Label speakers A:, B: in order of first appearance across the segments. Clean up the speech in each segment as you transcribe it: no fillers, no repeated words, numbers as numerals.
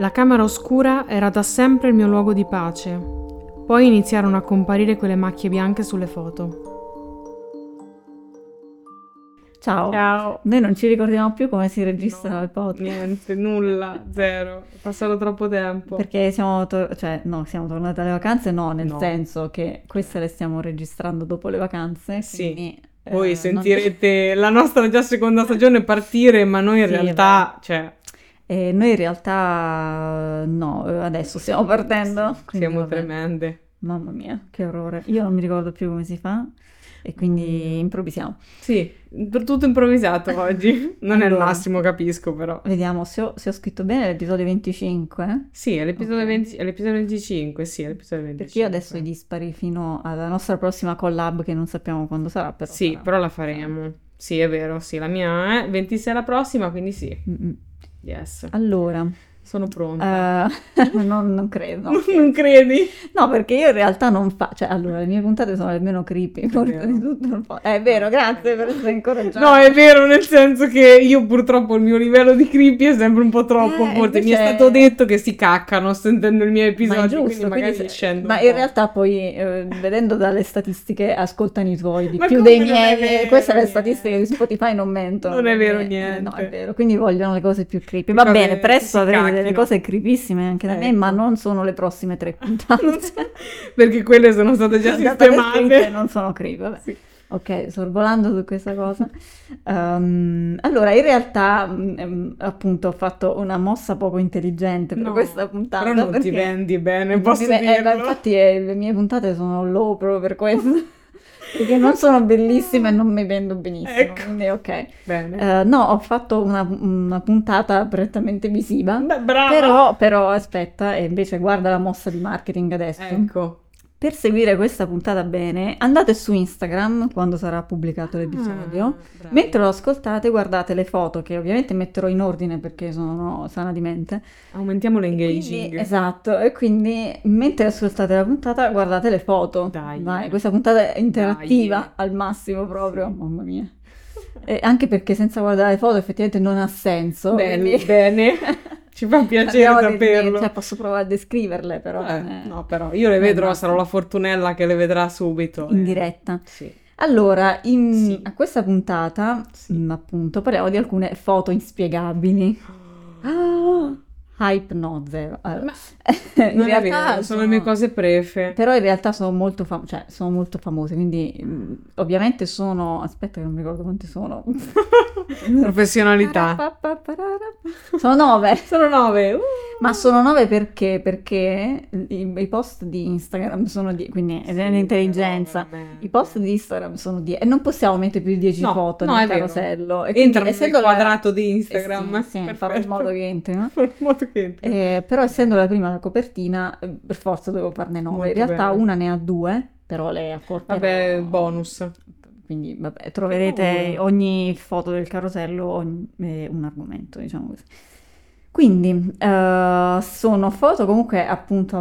A: La camera oscura era da sempre il mio luogo di pace. Poi iniziarono a comparire quelle macchie bianche sulle foto.
B: Ciao.
A: Ciao.
B: Noi non ci ricordiamo più come si registra il podcast.
A: Niente, nulla, zero. È passato troppo tempo.
B: Perché siamo tornate alle vacanze, nel
A: No.
B: senso che queste le stiamo registrando dopo le vacanze.
A: Sì.
B: Quindi,
A: Voi
B: non-
A: sentirete la nostra già seconda stagione partire, ma noi in
B: Sì,
A: realtà, cioè,
B: noi in realtà no, adesso stiamo partendo. quindi
A: siamo
B: vabbè.
A: tremende.
B: Mamma mia, che orrore. Io non mi ricordo più come si fa e quindi improvvisiamo.
A: Sì, per tutto improvvisato oggi. Non è il
B: Allora.
A: massimo, capisco, però.
B: Vediamo se ho scritto bene l'episodio 25.
A: Sì, è l'episodio
B: Ok.
A: 20 è l'episodio 25, sì, è l'episodio 25.
B: Perché io adesso i dispari fino alla nostra prossima collab che non sappiamo quando sarà, però
A: Sì,
B: sarà.
A: però la faremo. Sì, è vero, sì, la mia è 26 la prossima, quindi sì.
B: Mm-mm.
A: Yes.
B: Allora,
A: Sono pronta.
B: non credo. no.
A: Non credi?
B: No, perché io in realtà non cioè, allora, le mie puntate sono le meno creepy, forse
A: vero.
B: di tutto un po'. È vero, grazie per essere incoraggiata.
A: No, è vero, nel senso che io purtroppo il mio livello di creepy è sempre un po' troppo forte. Mi è
B: invece-
A: stato detto che si caccano sentendo i miei
B: Ma
A: episodi,
B: è giusto,
A: quindi magari
B: quindi
A: scendo
B: ma
A: un
B: in
A: po'.
B: realtà poi, vedendo dalle statistiche, ascoltano i tuoi di
A: Ma
B: più
A: come
B: dei
A: non è
B: miei.
A: vero,
B: Queste le
A: niente.
B: statistiche di Spotify non mentono.
A: Non è vero
B: quindi,
A: niente.
B: no, è vero. Quindi vogliono le cose più creepy.
A: Le
B: Va
A: cose
B: bene,
A: che
B: presto
A: si
B: avrete delle
A: cacchino.
B: cose creepissime anche da me,
A: Ecco.
B: ma non sono le prossime 3 puntate.
A: Non so, perché quelle sono state già
B: Sono state scritte,
A: sistemate.
B: non sono creepy, vabbè.
A: Sì.
B: Ok, sorvolando su questa cosa. Allora, in realtà, appunto, ho fatto una mossa poco intelligente per
A: No,
B: questa puntata.
A: però non ti
B: perché-
A: vendi bene,
B: non
A: posso
B: mi ve-
A: dirlo.
B: infatti, le mie puntate sono low proprio per questo. Perché non sono bellissime e non mi vendo benissimo.
A: Ecco.
B: Quindi, ok.
A: Bene.
B: No, ho fatto una puntata prettamente visiva.
A: Beh, brava.
B: Però, aspetta, e invece guarda la mossa di marketing adesso.
A: Ecco.
B: Per seguire questa puntata bene, andate su Instagram quando sarà pubblicato l'episodio.
A: brava.
B: Mentre lo ascoltate, guardate le foto che ovviamente metterò in ordine perché sono sana di mente.
A: Aumentiamo
B: Quindi,
A: l'engaging.
B: esatto, e quindi mentre ascoltate la puntata, guardate le foto.
A: Dai.
B: Questa puntata è interattiva
A: Dai.
B: al massimo proprio,
A: Sì.
B: mamma mia. E anche perché senza guardare le foto effettivamente non ha senso.
A: Bene,
B: quindi-
A: bene. Ci fa piacere
B: Abbiamo
A: saperlo.
B: cioè, posso provare a descriverle però.
A: No, però io le vedrò,
B: basta.
A: sarò la fortunella che le vedrà subito.
B: In diretta.
A: Sì.
B: Allora,
A: Sì.
B: a questa puntata,
A: Sì.
B: appunto, parliamo di alcune foto inspiegabili. Ah, hype no, zero. Allora,
A: Ma
B: in
A: non è
B: realtà
A: vero, sono le mie cose prefe.
B: Però in realtà sono molto, sono molto famose, quindi ovviamente sono. Aspetta che non mi ricordo quanti sono.
A: Professionalità.
B: Sono 9.
A: Sono 9.
B: Ma sono 9 perché? Perché i post di Instagram sono 10, quindi è l'intelligenza. I post di Instagram sono 10 e non possiamo mettere più di 10
A: No,
B: foto
A: no,
B: nel
A: è vero.
B: carosello. E quindi,
A: Entrano nel
B: essendo
A: quadrato di Instagram.
B: Sì, farò in
A: Perfetto.
B: modo che entrino.
A: Farò in modo che entri.
B: Però essendo la prima la copertina, per forza dovevo farne 9. In
A: Molto
B: realtà
A: bene.
B: una ne ha 2, però le accorperò.
A: Vabbè, bonus.
B: Quindi vabbè, troverete ogni foto del carosello, un argomento, diciamo così. Quindi sono foto comunque appunto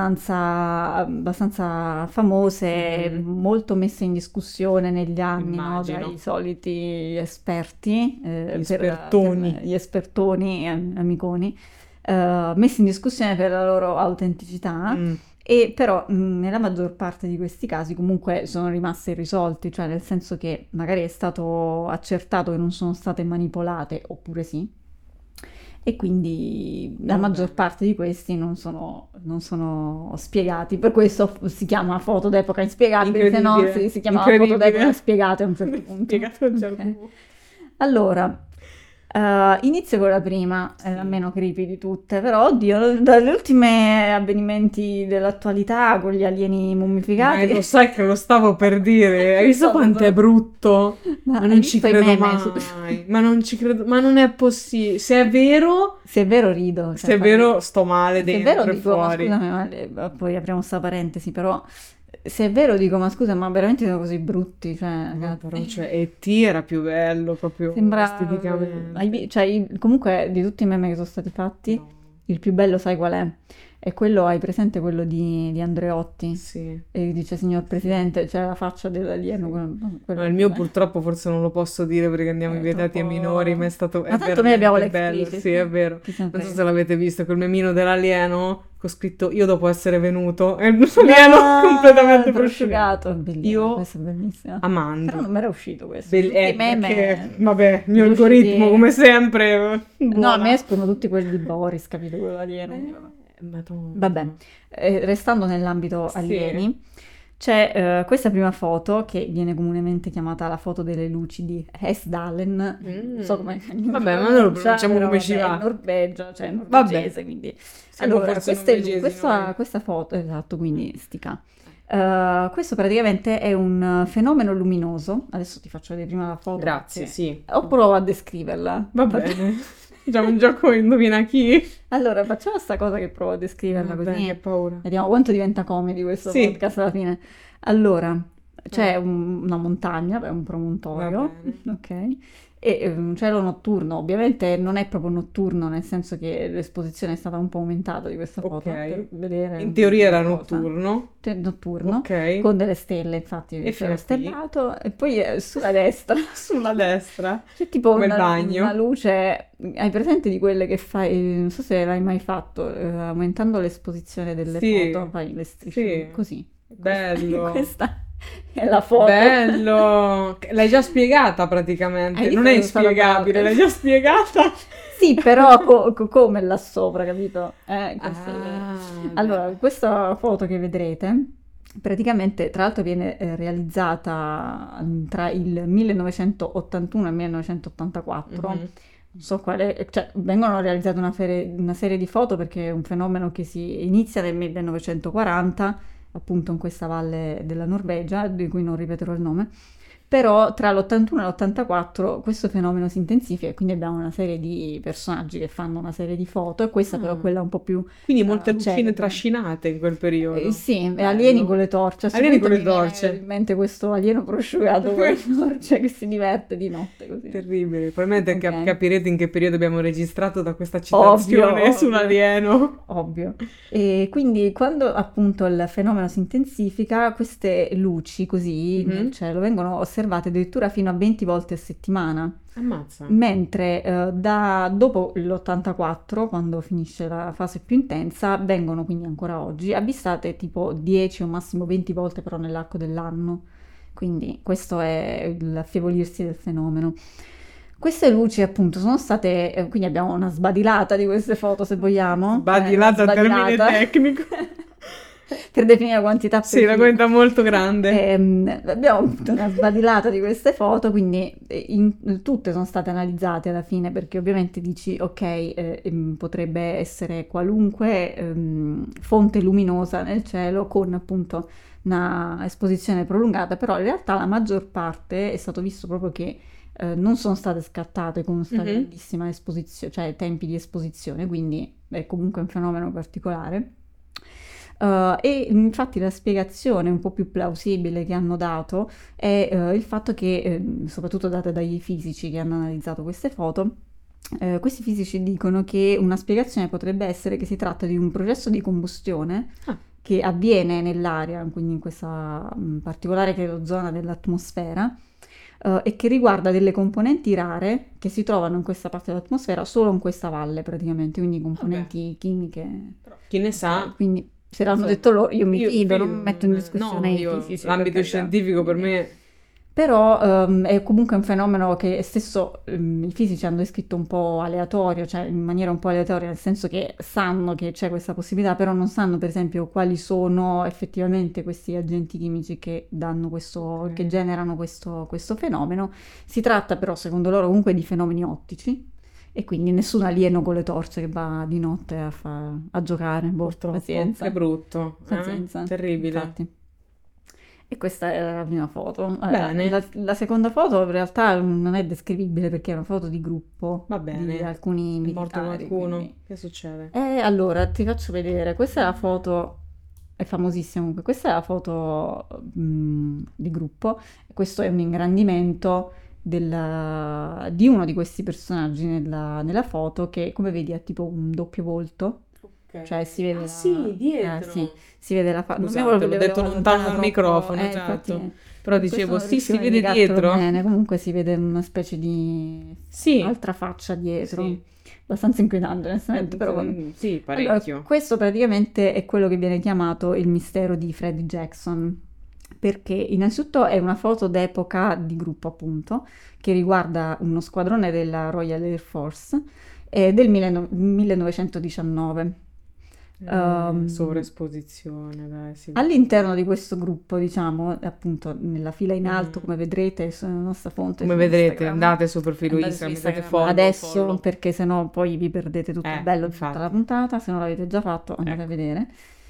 B: abbastanza famose, molto messe in discussione negli anni, no?
A: Immagino.
B: Dai soliti esperti,
A: Espertoni.
B: gli espertoni, amiconi, messi in discussione per la loro autenticità. E però nella maggior parte di questi casi comunque sono rimasti irrisolti, cioè nel senso che magari è stato accertato che non sono state manipolate, oppure sì, e quindi la
A: Vabbè.
B: maggior parte di questi non sono spiegati, per questo si chiama foto d'epoca inspiegabile, se no
A: Incredibile.
B: si chiamava foto
A: Incredibile.
B: d'epoca spiegate a un certo punto.
A: Spiegato a un certo
B: Ok.
A: punto.
B: Allora, inizio con la prima, è la meno creepy di tutte, però oddio, dagli ultimi avvenimenti dell'attualità con gli alieni mummificati.
A: Lo sai che lo stavo per dire. Hai visto
B: So,
A: quanto
B: so.
A: è brutto?
B: Ma
A: Ma
B: hai
A: non ci
B: visto i
A: credo
B: meme
A: mai.
B: su-
A: Ma non ci credo. Ma non è possibile. Se è vero,
B: Se è vero rido.
A: se è vero, sto male
B: Se è
A: dentro
B: vero
A: e
B: dico, ma
A: fuori.
B: scusami, poi apriamo sta parentesi, però se è vero dico, ma scusa, ma veramente sono così brutti, cioè,
A: No,
B: ragazzi.
A: però, cioè, E.T. era più bello proprio
B: Sembra,
A: esteticamente.
B: comunque di tutti i meme che sono stati fatti,
A: No.
B: Il più bello sai qual è? È quello, hai presente quello di Andreotti?
A: Sì.
B: E dice, signor Presidente, c'è la faccia dell'alieno.
A: No, il mio purtroppo forse non lo posso dire perché andiamo
B: È
A: vietati ai
B: troppo-
A: minori, ma è stato
B: Ma tanto noi abbiamo
A: veramente bello.
B: l'explicit.
A: Sì, è vero.
B: Chi se ne
A: Non so
B: frega.
A: se l'avete visto, quel memino dell'alieno con scritto io dopo essere venuto e l'alieno completamente prosciugato.
B: Bellissimo,
A: Io
B: questo è bellissimo.
A: amando.
B: Però non mi era uscito questo. Tutti i meme
A: perché, vabbè, il mio
B: usciti-
A: algoritmo come sempre.
B: No, a me escono tutti quelli di Boris, capito? Quello alieno.
A: Madonna.
B: Vabbè, restando nell'ambito
A: Sì.
B: alieni, c'è questa prima foto che viene comunemente chiamata la foto delle luci di Hesdalen. Non so come
A: Vabbè, ma noi lo pronunciamo
B: però
A: come ci
B: vabbè,
A: va.
B: è Norvegia, cioè
A: Vabbè.
B: norvegese, quindi...
A: Siamo
B: Allora,
A: forse
B: queste
A: norvegesi
B: questa,
A: noi.
B: questa foto, esatto, quindi stica. Questo praticamente è un fenomeno luminoso. Adesso ti faccio vedere prima la foto.
A: Grazie,
B: perché-
A: sì.
B: O provo a descriverla.
A: Va bene. Facciamo un gioco indovina chi.
B: Allora, facciamo sta cosa che provo a descriverla
A: Vabbè,
B: così.
A: che paura.
B: Vediamo quanto diventa comedy questo
A: Sì.
B: podcast alla fine. Allora, c'è una montagna, beh, un promontorio,
A: Va bene.
B: ok? E un cielo notturno. Ovviamente non è proprio notturno, nel senso che l'esposizione è stata un po' aumentata di questa foto
A: Ok.
B: per vedere
A: In teoria era
B: una cosa.
A: notturno.
B: Cioè, notturno,
A: Ok.
B: con delle stelle, infatti,
A: E
B: il cielo
A: fino a qui?
B: stellato, e poi sulla destra
A: Sulla destra.
B: c'è tipo
A: Come il
B: una,
A: bagno.
B: una luce, hai presente di quelle che fai, non so se l'hai mai fatto, aumentando l'esposizione delle
A: Sì.
B: foto, fai le strisce
A: Sì.
B: così.
A: Bello.
B: Questa è la foto.
A: Bello. L'hai già spiegata praticamente.
B: Hai
A: Non
B: visto
A: è
B: che sono
A: inspiegabile,
B: brava?
A: l'hai già spiegata.
B: Sì, però come là sopra, capito? Questo è-
A: Ah,
B: Allora, questa foto che vedrete, praticamente, tra l'altro viene realizzata tra il 1981 e il 1984.
A: Mhm.
B: Non so quale, cioè vengono realizzate una serie di foto perché è un fenomeno che si inizia nel 1940, appunto in questa valle della Norvegia, di cui non ripeterò il nome. Però tra l'81 e l'84 questo fenomeno si intensifica e quindi abbiamo una serie di personaggi che fanno una serie di foto e questa però è quella un po' più
A: Quindi molte lucine
B: celebre.
A: trascinate in quel periodo.
B: Sì,
A: Bello.
B: alieni con le torce. A questo
A: Alieni
B: punto
A: con le
B: mi viene
A: torce.
B: in mente questo alieno prosciugato con le torce che si diverte di notte così.
A: Terribile. Probabilmente
B: Ok.
A: capirete in che periodo abbiamo registrato da questa citazione
B: Ovvio.
A: sull'alieno.
B: Ovvio. E quindi quando appunto il fenomeno si intensifica, queste luci così
A: Mhm.
B: nel cielo vengono osservate addirittura fino a 20 volte a settimana.
A: Ammazza.
B: Mentre dopo l'84, quando finisce la fase più intensa, vengono quindi ancora oggi avvistate tipo 10 o massimo 20 volte però nell'arco dell'anno. Quindi questo è l'affievolirsi del fenomeno. Queste luci appunto sono state, quindi abbiamo una sbadilata di queste foto se vogliamo.
A: Sbadilata,
B: Una
A: termine
B: sbadilata.
A: tecnico.
B: Per definire la quantità
A: Sì, la
B: precisa.
A: quenta molto grande.
B: Abbiamo avuto una sbadilata di queste foto, quindi tutte sono state analizzate alla fine perché ovviamente dici ok, potrebbe essere qualunque fonte luminosa nel cielo con appunto una esposizione prolungata, però in realtà la maggior parte è stato visto proprio che non sono state scattate con questa
A: Mhm.
B: grandissima esposizione, cioè tempi di esposizione, quindi è comunque un fenomeno particolare. E infatti la spiegazione un po' più plausibile che hanno dato è il fatto che, soprattutto data dai fisici che hanno analizzato queste foto, questi fisici dicono che una spiegazione potrebbe essere che si tratta di un processo di combustione
A: Ah.
B: che avviene nell'aria, quindi in questa particolare credo zona dell'atmosfera, e che riguarda delle componenti rare che si trovano in questa parte dell'atmosfera solo in questa valle praticamente, quindi componenti chimiche.
A: Chi ne sa?
B: Quindi se l'hanno
A: Insomma,
B: detto loro, io mi
A: io
B: fido,
A: fido,
B: non metto in discussione
A: no,
B: i
A: io-
B: fisici.
A: l'ambito
B: per carità.
A: scientifico per me
B: Però è comunque un fenomeno che stesso i fisici hanno descritto un po' aleatorio, cioè in maniera un po' aleatoria, nel senso che sanno che c'è questa possibilità, però non sanno per esempio quali sono effettivamente questi agenti chimici che danno questo,
A: Ok.
B: che generano questo fenomeno. Si tratta però, secondo loro, comunque di fenomeni ottici. E quindi nessun alieno con le torce che va di notte a giocare. Boh,
A: purtroppo
B: pazienza.
A: è brutto.
B: Pazienza.
A: Terribile.
B: Infatti. E questa è la prima foto.
A: Bene.
B: La seconda foto in realtà non è descrivibile perché è una foto di gruppo
A: Va bene.
B: di alcuni
A: È morto
B: militari.
A: qualcuno?
B: quindi-
A: Che succede?
B: allora ti faccio vedere. Questa è la foto, è famosissima comunque. Questa è la foto di gruppo. Questo è un ingrandimento di uno di questi personaggi nella foto che, come vedi, ha tipo un doppio volto.
A: Ok.
B: Cioè si vede
A: Ah sì, dietro.
B: sì, si vede la faccia.
A: Scusate, l'ho detto lontano dal microfono, certo. Però dicevo, sì, si vede dietro.
B: Bene. Comunque si vede una specie di
A: Sì,
B: altra faccia dietro.
A: sì.
B: Abbastanza inquietante, onestamente, però vabbè.
A: Sì,
B: Allora,
A: parecchio.
B: questo praticamente è quello che viene chiamato il mistero di Freddie Jackson, perché innanzitutto è una foto d'epoca di gruppo, appunto, che riguarda uno squadrone della Royal Air Force del 1919.
A: Sovraesposizione, dai, sì.
B: All'interno di questo gruppo, diciamo, appunto, nella fila in alto,
A: Mhm.
B: come vedrete sulla nostra fonte
A: Come
B: su
A: vedrete,
B: Instagram.
A: andate sul profilo
B: Andate su
A: Instagram, mettete
B: Instagram
A: follow,
B: adesso
A: follow.
B: perché sennò poi vi perdete tutto il bello di tutta la
A: Infatti.
B: puntata, se non l'avete già fatto andate a
A: Ecco.
B: vedere.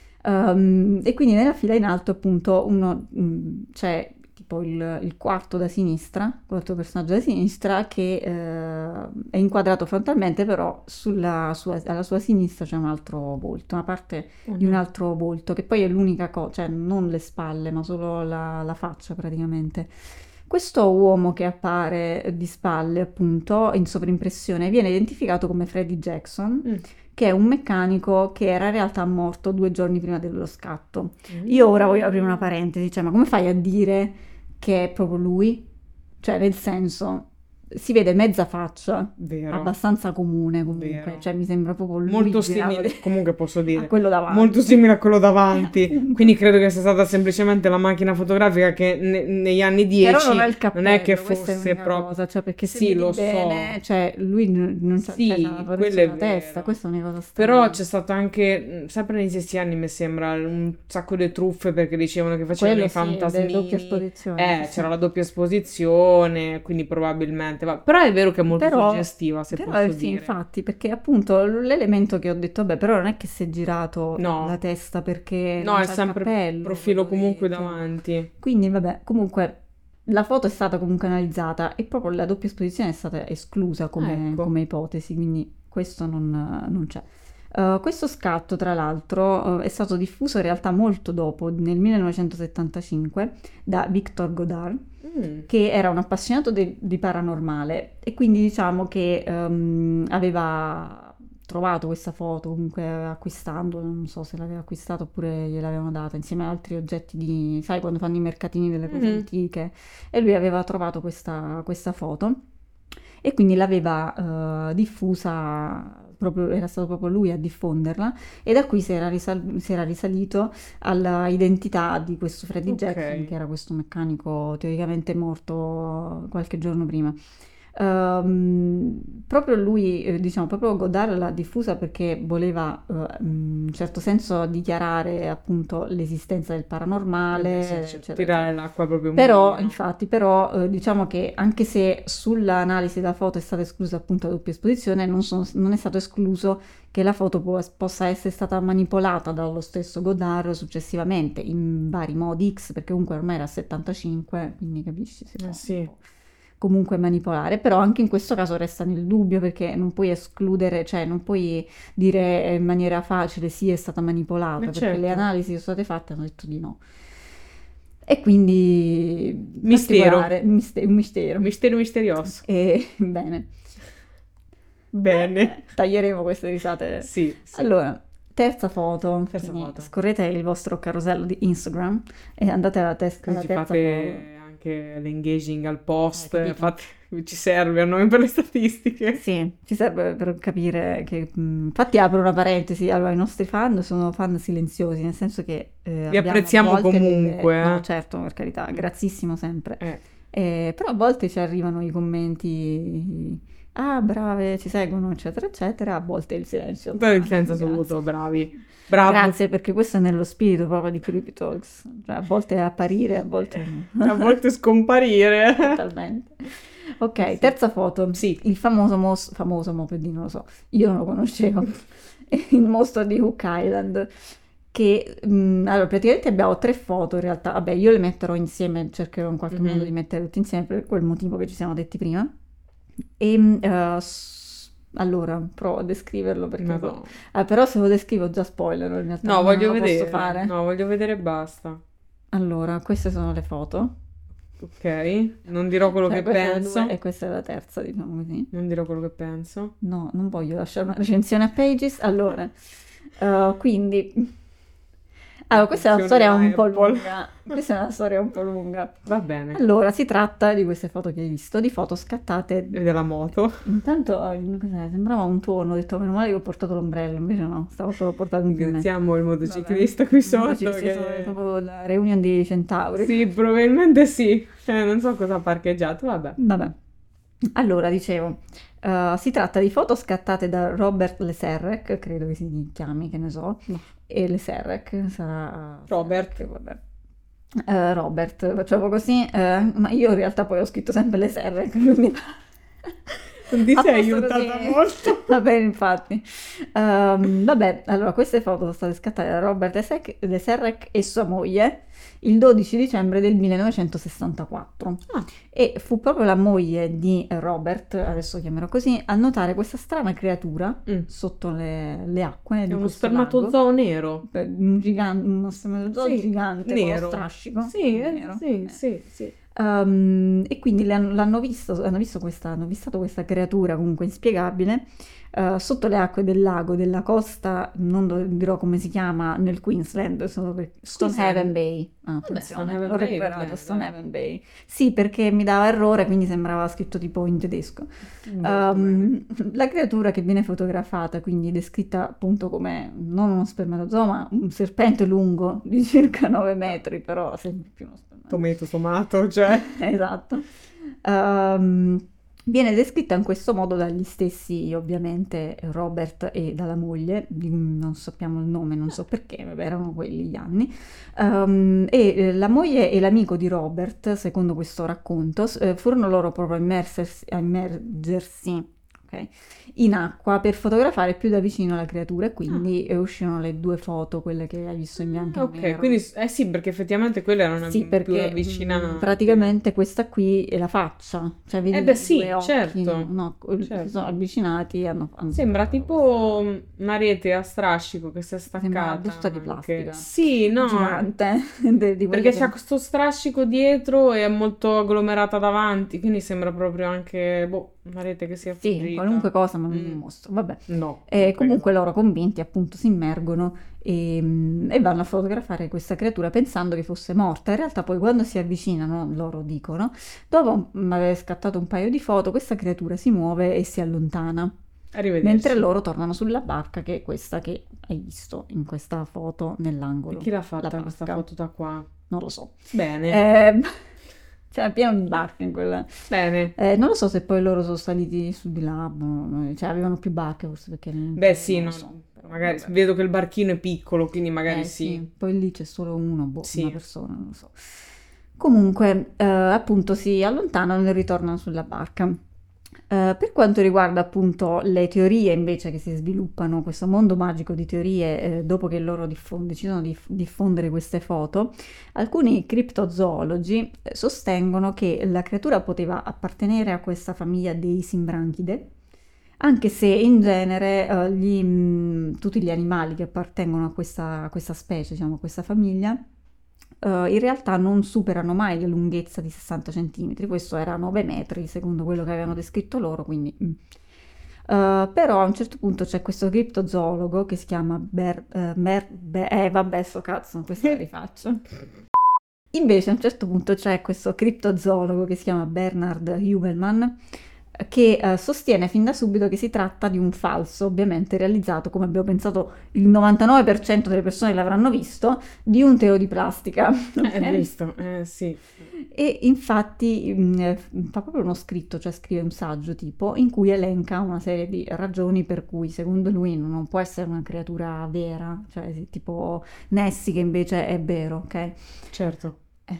B: E quindi nella fila in alto appunto c'è tipo il quarto da sinistra, il quarto personaggio da sinistra che è inquadrato frontalmente, però alla sua sinistra c'è un altro volto, una parte di un altro volto, che poi è l'unica cosa, cioè non le spalle, ma solo la faccia praticamente. Questo uomo che appare di spalle, appunto, in sovrimpressione, viene identificato come Freddie Jackson,
A: Mm.
B: che è un meccanico che era in realtà morto 2 giorni prima dello scatto. Io ora voglio aprire una parentesi, cioè, ma come fai a dire che è proprio lui? Cioè, nel senso, si vede mezza faccia,
A: Vero,
B: abbastanza comune comunque,
A: vero.
B: cioè mi sembra proprio lui
A: Molto
B: girato
A: simile, comunque posso
B: a
A: dire,
B: quello davanti.
A: molto simile a quello davanti.
B: Appunto.
A: Quindi credo che sia stata semplicemente la macchina fotografica che negli anni
B: Però
A: 10
B: non è il
A: non è che
B: cappello, questa è
A: fosse
B: l'unica
A: proprio...
B: cosa, cioè perché se
A: Sì,
B: vedi
A: lo
B: bene,
A: so.
B: cioè lui non c'ha, cioè, c'ha
A: Sì,
B: la
A: quello è
B: sulla testa,
A: vero.
B: questa è un'unica cosa
A: Però
B: strana.
A: c'è stato anche, sempre negli stessi anni, mi sembra, un sacco di truffe perché dicevano che facevano
B: Quello
A: i
B: sì, delle doppie
A: fantasmini.
B: esposizioni, sì,
A: C'era
B: sì.
A: la doppia esposizione, quindi probabilmente. Però è vero che è molto suggestiva, se
B: Però
A: posso
B: sì,
A: dire.
B: infatti, perché appunto l'elemento che ho detto, vabbè, però non è che si è girato la
A: No,
B: testa perché
A: no,
B: non
A: è
B: c'ha il
A: sempre
B: cappello,
A: profilo comunque
B: cioè.
A: davanti.
B: Quindi vabbè, comunque la foto è stata comunque analizzata e proprio la doppia esposizione è stata esclusa
A: Ah,
B: come,
A: ecco.
B: come ipotesi, quindi questo non c'è. Questo scatto, tra l'altro, è stato diffuso in realtà molto dopo, nel 1975, da Victor Godard,
A: Mm,
B: che era un appassionato di paranormale e quindi diciamo che aveva trovato questa foto comunque acquistando, non so se l'aveva acquistata oppure gliel'avevano data insieme ad altri oggetti di, sai, quando fanno i mercatini delle cose
A: mhm.
B: antiche, e lui aveva trovato questa foto e quindi l'aveva diffusa, proprio, era stato proprio lui a diffonderla e da qui si era risalito alla identità di questo Freddie Jackson,
A: Ok.
B: che era questo meccanico teoricamente morto qualche giorno prima. Proprio lui, diciamo, proprio Godard l'ha diffusa perché voleva, in un certo senso, dichiarare appunto l'esistenza del
A: Eh beh, sì,
B: paranormale,
A: cioè,
B: eccetera,
A: tirare
B: eccetera.
A: l'acqua proprio in
B: Però,
A: mulino.
B: infatti, però, diciamo che anche se sull'analisi della foto è stata esclusa appunto la doppia esposizione, non è stato escluso che la foto possa essere stata manipolata dallo stesso Godard successivamente in vari modi X, perché comunque ormai era 75, quindi capisci, si può un
A: Sì,
B: po' comunque manipolare, però anche in questo caso resta nel dubbio perché non puoi escludere, cioè non puoi dire in maniera facile sì è stata manipolata, perché le
A: certo.
B: analisi che sono state fatte hanno detto di no. E quindi
A: Mistero.
B: particolare, un mistero.
A: Mistero misterioso.
B: E bene,
A: Bene.
B: taglieremo queste risate.
A: Sì, sì.
B: Allora, terza foto,
A: Terza
B: quindi
A: foto.
B: scorrete il vostro carosello di Instagram e andate alla
A: Così
B: terza foto.
A: fate anche l'engaging al post,
B: Capito?
A: ci serve a noi per le statistiche.
B: Sì, ci serve per capire che, infatti apro una parentesi, allora i nostri fan sono fan silenziosi, nel senso che
A: Vi
B: abbiamo a
A: apprezziamo
B: volte
A: comunque,
B: no, certo, per carità, grazissimo sempre.
A: Eh.
B: Però a volte ci arrivano i commenti, ah, brave, ci seguono, eccetera, eccetera, a volte il silenzio.
A: Dai, senza
B: Grazie.
A: assoluto, bravi. Bravo.
B: Grazie, perché questo è nello spirito proprio di Creepy Talks, cioè a volte apparire, a volte no.
A: A volte scomparire.
B: Totalmente. Ok,
A: Sì.
B: terza foto.
A: Sì.
B: Il famoso mopedino, non lo so, io non lo conoscevo, il mostro di Hook Island, che allora praticamente abbiamo 3 foto in realtà, vabbè io le metterò insieme, cercherò in qualche modo di mettere tutte insieme per quel motivo che ci siamo detti prima. E allora provo a descriverlo perché
A: Madonna.
B: però se lo descrivo già spoiler in realtà,
A: No,
B: non
A: voglio
B: lo posso
A: vedere.
B: fare.
A: No, voglio vedere e basta.
B: Allora, queste sono le foto.
A: Ok, non dirò quello
B: Cioè,
A: che
B: questa è la
A: penso.
B: due e questa è la terza, diciamo così.
A: Non dirò quello che penso.
B: No, non voglio lasciare una recensione a Pages. Allora, quindi... Allora, questa è una storia
A: Funzionerà
B: un po'
A: Apple.
B: lunga. Questa è una storia un po' lunga.
A: Va bene.
B: Allora, si tratta di queste foto che hai visto, di foto scattate.
A: E della moto.
B: Intanto, cos'è? Sembrava un tuono, ho detto, meno male che ho portato l'ombrello, invece no, stavo solo portando un fumetto.
A: Ringraziamo il motociclista qui sotto.
B: Sì, sono proprio la reunion di centauri.
A: Sì, probabilmente sì. Non so cosa ha parcheggiato, vabbè.
B: Vabbè. Allora, dicevo, si tratta di foto scattate da Robert Le Serrec, credo che si chiami, che ne so,
A: No.
B: e Le Serrec sarà...
A: Robert.
B: Vabbè. Robert, facciamo così, ma io in realtà poi ho scritto sempre Le Serrec, quindi...
A: Non ti
B: A
A: sei
B: posto
A: aiutata
B: così.
A: molto.
B: Va bene, infatti. Vabbè, allora, queste foto sono state scattate da Robert De Serrec e sua moglie il 12 dicembre del 1964.
A: Ah,
B: E fu proprio la moglie di Robert, adesso chiamerò così, a notare questa strana creatura sotto le acque
A: è
B: di
A: uno
B: questo lago.
A: spermatozoo nero.
B: Uno spermatozoo
A: Sì,
B: gigante,
A: nero.
B: con strascico.
A: Sì,
B: Nero.
A: sì.
B: E quindi hanno visto hanno avvistato questa creatura comunque inspiegabile sotto le acque del lago della costa, non dirò come si chiama, nel Queensland, Stonehaven Bay. Ah, attenzione,
A: Stonehaven
B: l'ho
A: Bay,
B: recuperato,
A: vabbè,
B: Stonehaven Bay. Sì, perché mi dava errore, quindi sembrava scritto tipo in tedesco.
A: Molto bene.
B: La creatura che viene fotografata, quindi descritta appunto come non uno spermatozoo, ma un serpente lungo di circa 9 metri, però sempre più uno spermatozoo.
A: Tomato, cioè.
B: Esatto. Viene descritta in questo modo dagli stessi, ovviamente, Robert e dalla moglie, non sappiamo il nome, non so perché, vabbè, erano quelli gli anni. La moglie e l'amico di Robert, secondo questo racconto, furono loro proprio a immergersi, ok, in acqua per fotografare più da vicino la creatura e quindi uscirono le due foto, quelle che hai visto in bianco e
A: Ok,
B: nero.
A: quindi sì, perché effettivamente quelle erano
B: Sì,
A: più
B: perché
A: avvicinate.
B: praticamente questa qui è la faccia, cioè vedi
A: Beh
B: i
A: sì,
B: due occhi,
A: certo,
B: no, si
A: certo.
B: sono avvicinati e hanno
A: Sembra
B: scattato
A: tipo una rete a strascico che si è
B: questa. Sembra una
A: staccata
B: busta di
A: anche.
B: plastica
A: Sì, no,
B: gigante, di quelle
A: perché c'è
B: che...
A: questo strascico dietro e è molto agglomerata davanti, quindi sembra proprio anche, una rete che si è
B: Sì,
A: fuggita.
B: qualunque cosa, ma non un mostro, vabbè.
A: No.
B: Comunque loro convinti appunto si immergono e vanno a fotografare questa creatura pensando che fosse morta. In realtà poi quando si avvicinano, loro dicono, dopo aver scattato un paio di foto, questa creatura si muove e si allontana.
A: Arrivederci.
B: Mentre loro tornano sulla barca, che è questa che hai visto in questa foto
A: E
B: nell'angolo.
A: chi l'ha
B: La
A: fatta questa
B: barca.
A: foto da qua?
B: Non lo so.
A: Bene,
B: C'era pieno di barche in quella.
A: bene.
B: Non lo so se poi loro sono saliti su di là, cioè avevano più barche forse perché...
A: Beh sì,
B: non
A: no,
B: lo so, però
A: magari
B: vabbè.
A: vedo che il barchino è piccolo, quindi magari sì.
B: Poi lì c'è solo uno,
A: Sì.
B: una persona, non lo so. Comunque, appunto, si allontanano e ritornano sulla barca. Per quanto riguarda appunto le teorie invece che si sviluppano, questo mondo magico di teorie, dopo che loro decidono di diffondere queste foto, alcuni criptozoologi sostengono che la creatura poteva appartenere a questa famiglia dei Simbranchide, anche se in genere tutti gli animali che appartengono a questa specie, diciamo, a questa famiglia, in realtà non superano mai la lunghezza di 60 centimetri, questo era 9 metri secondo quello che avevano descritto loro, quindi... però a un certo punto c'è questo criptozoologo che si chiama vabbè, sto cazzo, questa la rifaccio. Invece a un certo punto c'è questo criptozoologo che si chiama Bernard Hubelmann, che sostiene fin da subito che si tratta di un falso, ovviamente realizzato, come abbiamo pensato il 99% delle persone che l'avranno visto, di un telo di plastica. Ok?
A: Visto, sì.
B: E infatti fa proprio uno scritto, cioè scrive un saggio tipo, in cui elenca una serie di ragioni per cui secondo lui non può essere una creatura vera, cioè tipo Nessie che invece è vero, ok?
A: Certo.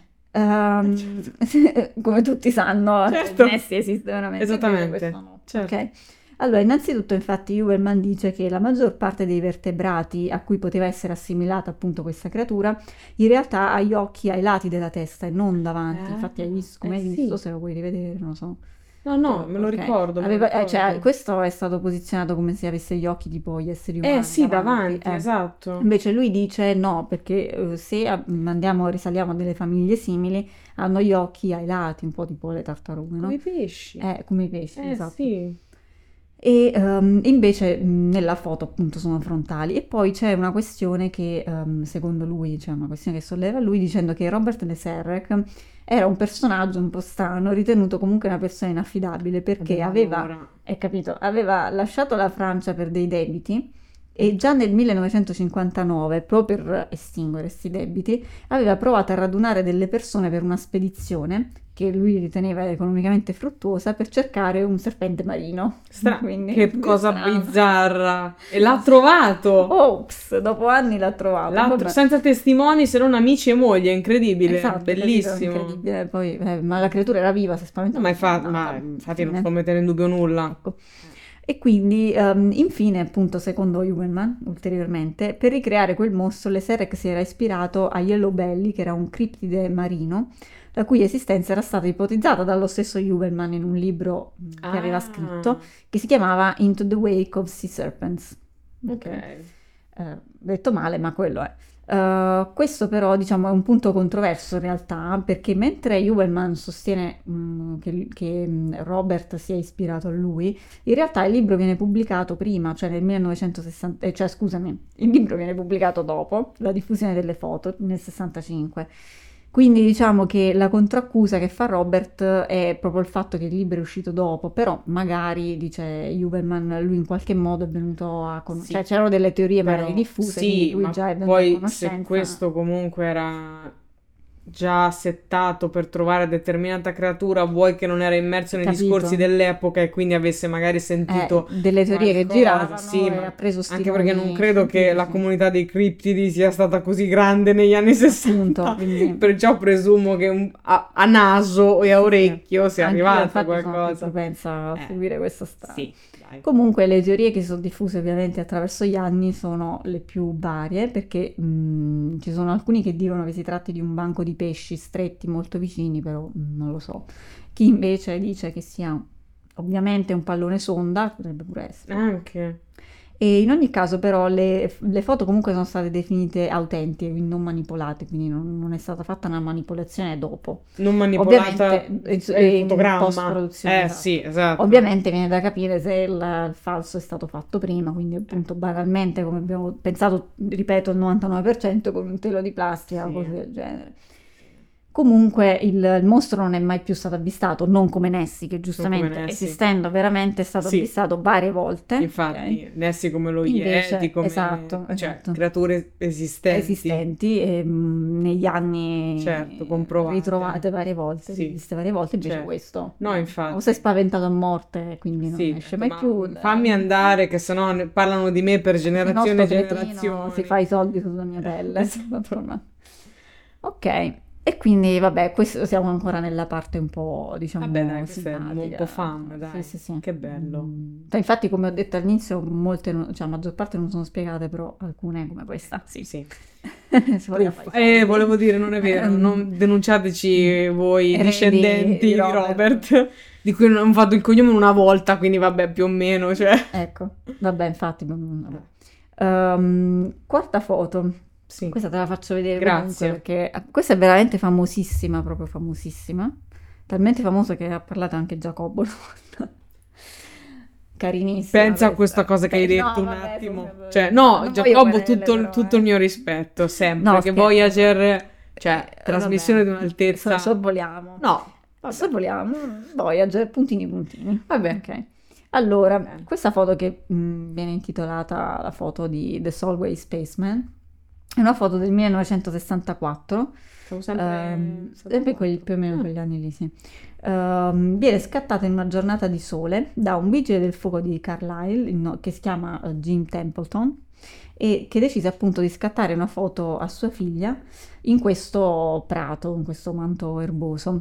B: Come tutti sanno,
A: Certo.
B: Nessie esiste veramente.
A: Esattamente,
B: invece questo no.
A: certo.
B: Ok? Allora, innanzitutto, infatti, Huberman dice che la maggior parte dei vertebrati a cui poteva essere assimilata appunto questa creatura, in realtà ha gli occhi ai lati della testa e non davanti. Infatti, hai visto, come hai visto,
A: sì.
B: se lo vuoi rivedere, non lo so.
A: No, me lo
B: Ok.
A: ricordo, me lo
B: Aveva, cioè,
A: ricordo.
B: questo è stato posizionato come se avesse gli occhi tipo gli esseri umani
A: Sì,
B: davanti.
A: davanti, esatto.
B: Invece lui dice no, perché se risaliamo a delle famiglie simili, hanno gli occhi ai lati, un po' tipo le tartarughe,
A: Come
B: no?
A: i pesci.
B: Come i pesci, esatto.
A: Sì.
B: E invece nella foto appunto sono frontali. E poi c'è una questione che secondo lui, c'è una questione che solleva lui dicendo che Robert Le Serrec era un personaggio un po' strano, ritenuto comunque una persona inaffidabile perché
A: Allora.
B: aveva lasciato la Francia per dei debiti e già nel 1959, proprio per estinguere questi debiti, aveva provato a radunare delle persone per una spedizione che lui riteneva economicamente fruttuosa per cercare un serpente marino. Quindi,
A: Che cosa
B: strano.
A: bizzarra. E l'ha trovato.
B: Ops, dopo anni l'ha trovato. Vabbè.
A: Senza testimoni se non amici e moglie, incredibile,
B: Esatto, capito,
A: bellissimo.
B: incredibile. Poi, ma la creatura era viva, si è
A: No,
B: spaventata.
A: ma
B: Andata.
A: infatti non
B: Fine.
A: sto mettendo in dubbio nulla.
B: Ecco. E quindi, infine, appunto, secondo Huberman, ulteriormente, per ricreare quel mostro, Le Serrec si era ispirato a Yellow Belly, che era un criptide marino, la cui esistenza era stata ipotizzata dallo stesso Huberman in un libro che aveva scritto, che si chiamava Into the Wake of Sea Serpents.
A: Ok.
B: Detto male, ma quello è. Questo però diciamo è un punto controverso in realtà perché mentre Huberman sostiene che Robert sia ispirato a lui, in realtà il libro viene pubblicato prima, cioè nel 1960, cioè scusami, il libro viene pubblicato dopo la diffusione delle foto nel 65. Quindi diciamo che la contraccusa che fa Robert è proprio il fatto che il libro è uscito dopo, però magari, dice Huberman, lui in qualche modo è venuto a conoscere,
A: Sì,
B: cioè c'erano delle teorie magari
A: però
B: diffuse, quindi
A: sì,
B: lui
A: ma
B: già è venuto a
A: poi se
B: conoscenza.
A: questo comunque era già settato per trovare determinata creatura, vuoi che non era immerso nei
B: Capito?
A: discorsi dell'epoca e quindi avesse magari sentito
B: Delle teorie che
A: qualcosa,
B: giravano
A: sì,
B: e
A: ma
B: ha preso sti
A: anche perché non
B: nomi
A: credo che la
B: scientifici.
A: comunità dei criptidi sia stata così grande negli anni
B: Appunto,
A: 60,
B: quindi
A: perciò presumo che a naso e a
B: sì, sì.
A: orecchio sia
B: Anch'io
A: arrivato
B: infatti sono più
A: qualcosa.
B: propensa a seguire questa strada.
A: Sì, dai.
B: Comunque le teorie che si sono diffuse ovviamente attraverso gli anni sono le più varie perché ci sono alcuni che dicono che si tratti di un banco di pesci stretti molto vicini, però non lo so. Chi invece dice che sia ovviamente un pallone sonda, potrebbe pure essere.
A: Anche.
B: E in ogni caso però le foto comunque sono state definite autentiche, quindi non manipolate, quindi non è stata fatta una manipolazione dopo.
A: Non manipolata
B: Ovviamente
A: è il
B: in
A: fotogramma.
B: post-produzione, esatto.
A: Sì, esatto.
B: Ovviamente viene da capire se il falso è stato fatto prima, quindi appunto banalmente come abbiamo pensato, ripeto, il 99% con un telo di plastica o
A: Sì.
B: cose del genere. Comunque il mostro non è mai più stato avvistato, non come Nessie, che giustamente
A: Nessie.
B: esistendo veramente è stato
A: Sì.
B: avvistato varie volte.
A: Infatti,
B: ok?
A: Nessie come lo
B: Invece,
A: Yeti, come
B: esatto,
A: cioè,
B: esatto.
A: creature esistenti.
B: Esistenti e negli anni
A: Certo, comprovate.
B: ritrovate varie volte,
A: Sì.
B: riviste varie volte, invece
A: Certo.
B: questo
A: No, infatti.
B: o si è spaventato a morte, quindi non
A: Sì,
B: esce
A: ho
B: mai
A: detto,
B: più.
A: ma fammi andare che sennò parlano di me per
B: Se no
A: generazioni e
B: sto cretino
A: generazioni.
B: si fa i soldi sulla mia pelle.
A: Esatto.
B: Ok, e quindi vabbè, questo siamo ancora nella parte un po', diciamo,
A: Vabbè, dai, questo è un
B: simpatica.
A: po' fan, dai.
B: Sì, sì, sì.
A: Che bello.
B: Cioè, infatti, come ho detto all'inizio, molte, cioè la maggior parte non sono spiegate, però alcune come questa, sì.
A: Sì.
B: Si voleva fare i soldi.
A: Volevo dire, non è vero, non denunciateci voi
B: eredi
A: discendenti
B: di
A: di
B: Robert.
A: Robert, di cui non ho fatto il cognome una volta, quindi vabbè, più o meno, cioè.
B: Ecco, vabbè, infatti, vabbè. Quarta foto.
A: Sì.
B: Questa te la faccio vedere
A: Grazie.
B: comunque perché questa è veramente famosissima, proprio famosissima. Talmente famosa che ha parlato anche Giacobbo. Carinissima.
A: Pensa a questa cosa che hai
B: Beh, no,
A: detto un
B: vabbè,
A: attimo.
B: comunque,
A: Cioè,
B: non
A: no,
B: voglio
A: Giacobbo,
B: querele, però,
A: tutto il mio rispetto, sempre.
B: No,
A: che
B: scherzo.
A: Voyager, cioè, trasmissione di
B: Vabbè,
A: un'altezza.
B: sorvoliamo.
A: No, vabbè.
B: Sorvoliamo. Voyager, puntini puntini.
A: Vabbè.
B: Ok. Allora,
A: Bene.
B: questa foto che viene intitolata la foto di The Solway Spaceman è una foto del 1964.
A: Stavo sempre...
B: Sempre più o meno quegli anni lì, sì. Viene scattata in una giornata di sole da un vigile del fuoco di Carlisle che si chiama Jim Templeton e che decise appunto di scattare una foto a sua figlia in questo prato, in questo manto erboso.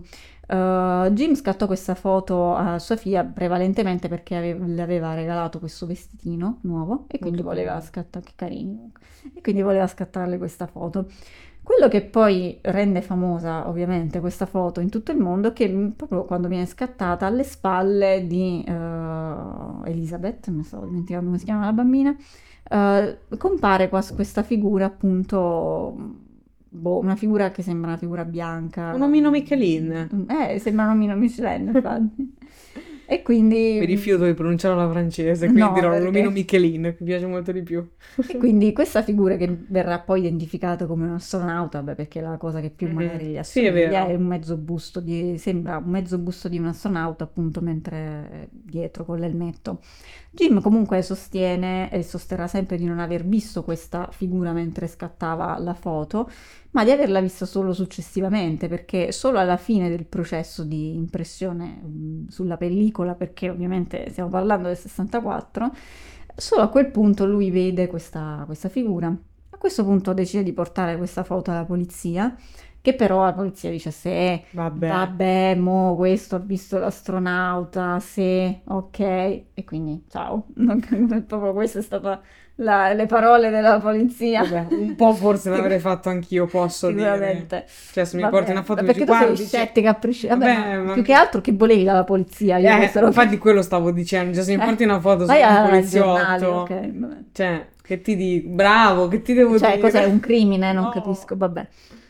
B: Jim scattò questa foto a sua figlia prevalentemente perché le aveva regalato questo vestitino nuovo e quindi voleva scattare, che carino, e quindi voleva scattarle questa foto. Quello che poi rende famosa ovviamente questa foto in tutto il mondo è che proprio quando viene scattata alle spalle di Elizabeth, mi stavo dimenticando come si chiama la bambina, compare questa figura appunto, una figura che sembra una figura bianca.
A: Un omino Michelin.
B: Sembra un omino Michelin, infatti. E quindi...
A: Mi rifiuto di pronunciare la francese, quindi
B: No,
A: dirò
B: perché-
A: l'omino Michelin, che mi piace molto di più.
B: E quindi questa figura che verrà poi identificata come un astronauta, beh, perché la cosa che più magari gli
A: Sì, è
B: assomiglia
A: vero.
B: è un mezzo busto sembra un mezzo busto di un astronauta, appunto, mentre dietro con l'elmetto. Jim comunque sostiene e sosterrà sempre di non aver visto questa figura mentre scattava la foto, ma di averla vista solo successivamente, perché solo alla fine del processo di impressione sulla pellicola, perché ovviamente stiamo parlando del 64, solo a quel punto lui vede questa figura. A questo punto decide di portare questa foto alla polizia, che però la polizia dice se,
A: Vabbè.
B: vabbè, mo questo ha visto l'astronauta, se, ok, e quindi ciao. Proprio queste sono state le parole della polizia.
A: Vabbè, un po' forse l'avrei fatto anch'io, posso dire.
B: Sicuramente.
A: Cioè, se mi
B: Vabbè,
A: porti una foto e mi
B: perché
A: dici,
B: tu sei
A: guarda,
B: scettica a prescindere. Vabbè,
A: Vabbè,
B: ma
A: ma-
B: più che altro che volevi dalla polizia? Io questo ero-
A: infatti quello stavo dicendo, cioè se mi porti una foto su
B: vai
A: un
B: ai giornali,
A: poliziotto,
B: ok, vabbè.
A: cioè, che ti dico, bravo, che ti devo
B: Cioè,
A: dire?
B: cos'è un crimine? Non
A: No.
B: capisco, vabbè.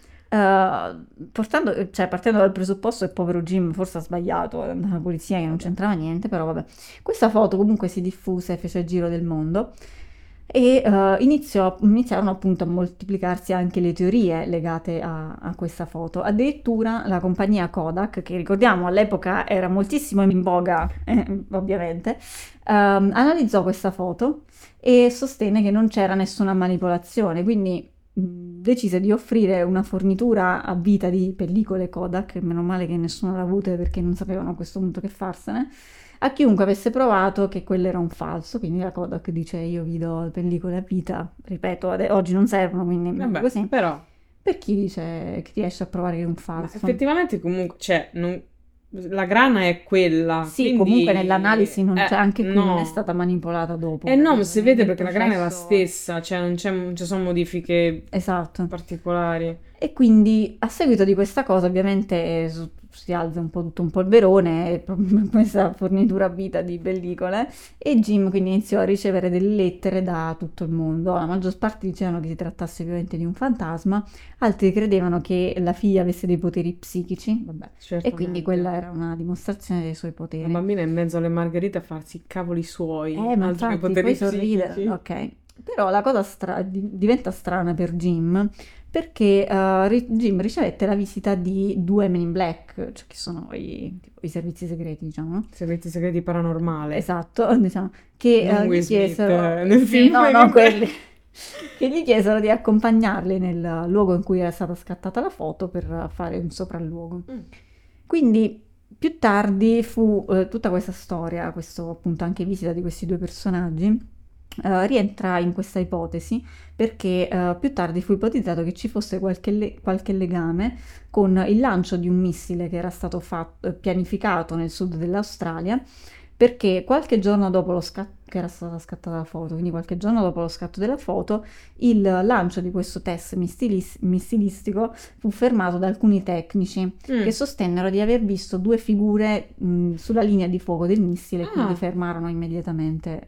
B: Partendo dal presupposto che povero Jim forse ha sbagliato ad andare alla polizia che non c'entrava niente, però vabbè. Questa foto comunque si diffuse e fece il giro del mondo e iniziarono appunto a moltiplicarsi anche le teorie legate a questa foto. Addirittura la compagnia Kodak, che ricordiamo all'epoca era moltissimo in voga, ovviamente, analizzò questa foto e sostenne che non c'era nessuna manipolazione, quindi decise di offrire una fornitura a vita di pellicole Kodak, meno male che nessuno l'ha avute perché non sapevano a questo punto che farsene, a chiunque avesse provato che quello era un falso. Quindi la Kodak dice io vi do pellicole a vita, ripeto, oggi non servono, quindi
A: Vabbè,
B: così,
A: però,
B: per chi dice che riesce a provare che è un
A: ma
B: falso.
A: effettivamente comunque, cioè, la grana è quella,
B: Sì,
A: quindi...
B: comunque nell'analisi non c'è, anche qui non
A: no.
B: è stata manipolata dopo.
A: No, si vede
B: Nel
A: perché la grana è la
B: processo-
A: stessa, cioè non ci sono modifiche
B: Esatto.
A: particolari.
B: E quindi a seguito di questa cosa ovviamente si alza un po' tutto un polverone, questa fornitura a vita di pellicole, e Jim quindi iniziò a ricevere delle lettere da tutto il mondo. La maggior parte dicevano che si trattasse ovviamente di un fantasma, altri credevano che la figlia avesse dei poteri psichici, vabbè, e
A: Certamente.
B: quindi quella era una dimostrazione dei suoi
A: La
B: poteri.
A: bambina in mezzo alle margherite a farsi i cavoli suoi,
B: Ma
A: altro che
B: infatti
A: poteri
B: poi sorride,
A: psichici.
B: ok. Però la cosa diventa strana per Jim perché Jim ricevette la visita di due Men in Black, cioè che sono tipo i servizi segreti, diciamo, no?
A: Segreti segreti paranormale.
B: Esatto, diciamo, che
A: Non
B: gli
A: Will Smith,
B: chiesero...
A: nel
B: Sì,
A: film
B: no,
A: Men
B: no,
A: in
B: quelli.
A: Black.
B: Che gli chiesero di accompagnarli nel luogo in cui era stata scattata la foto per fare un sopralluogo. Quindi più tardi fu tutta questa storia, questo appunto anche visita di questi due personaggi, rientra in questa ipotesi perché più tardi fu ipotizzato che ci fosse qualche legame con il lancio di un missile che era stato pianificato nel sud dell'Australia, perché qualche giorno dopo lo scatto, che era stata scattata la foto, quindi qualche giorno dopo lo scatto della foto, il lancio di questo test missilistico fu fermato da alcuni tecnici che sostennero di aver visto due figure sulla linea di fuoco del missile e quindi fermarono immediatamente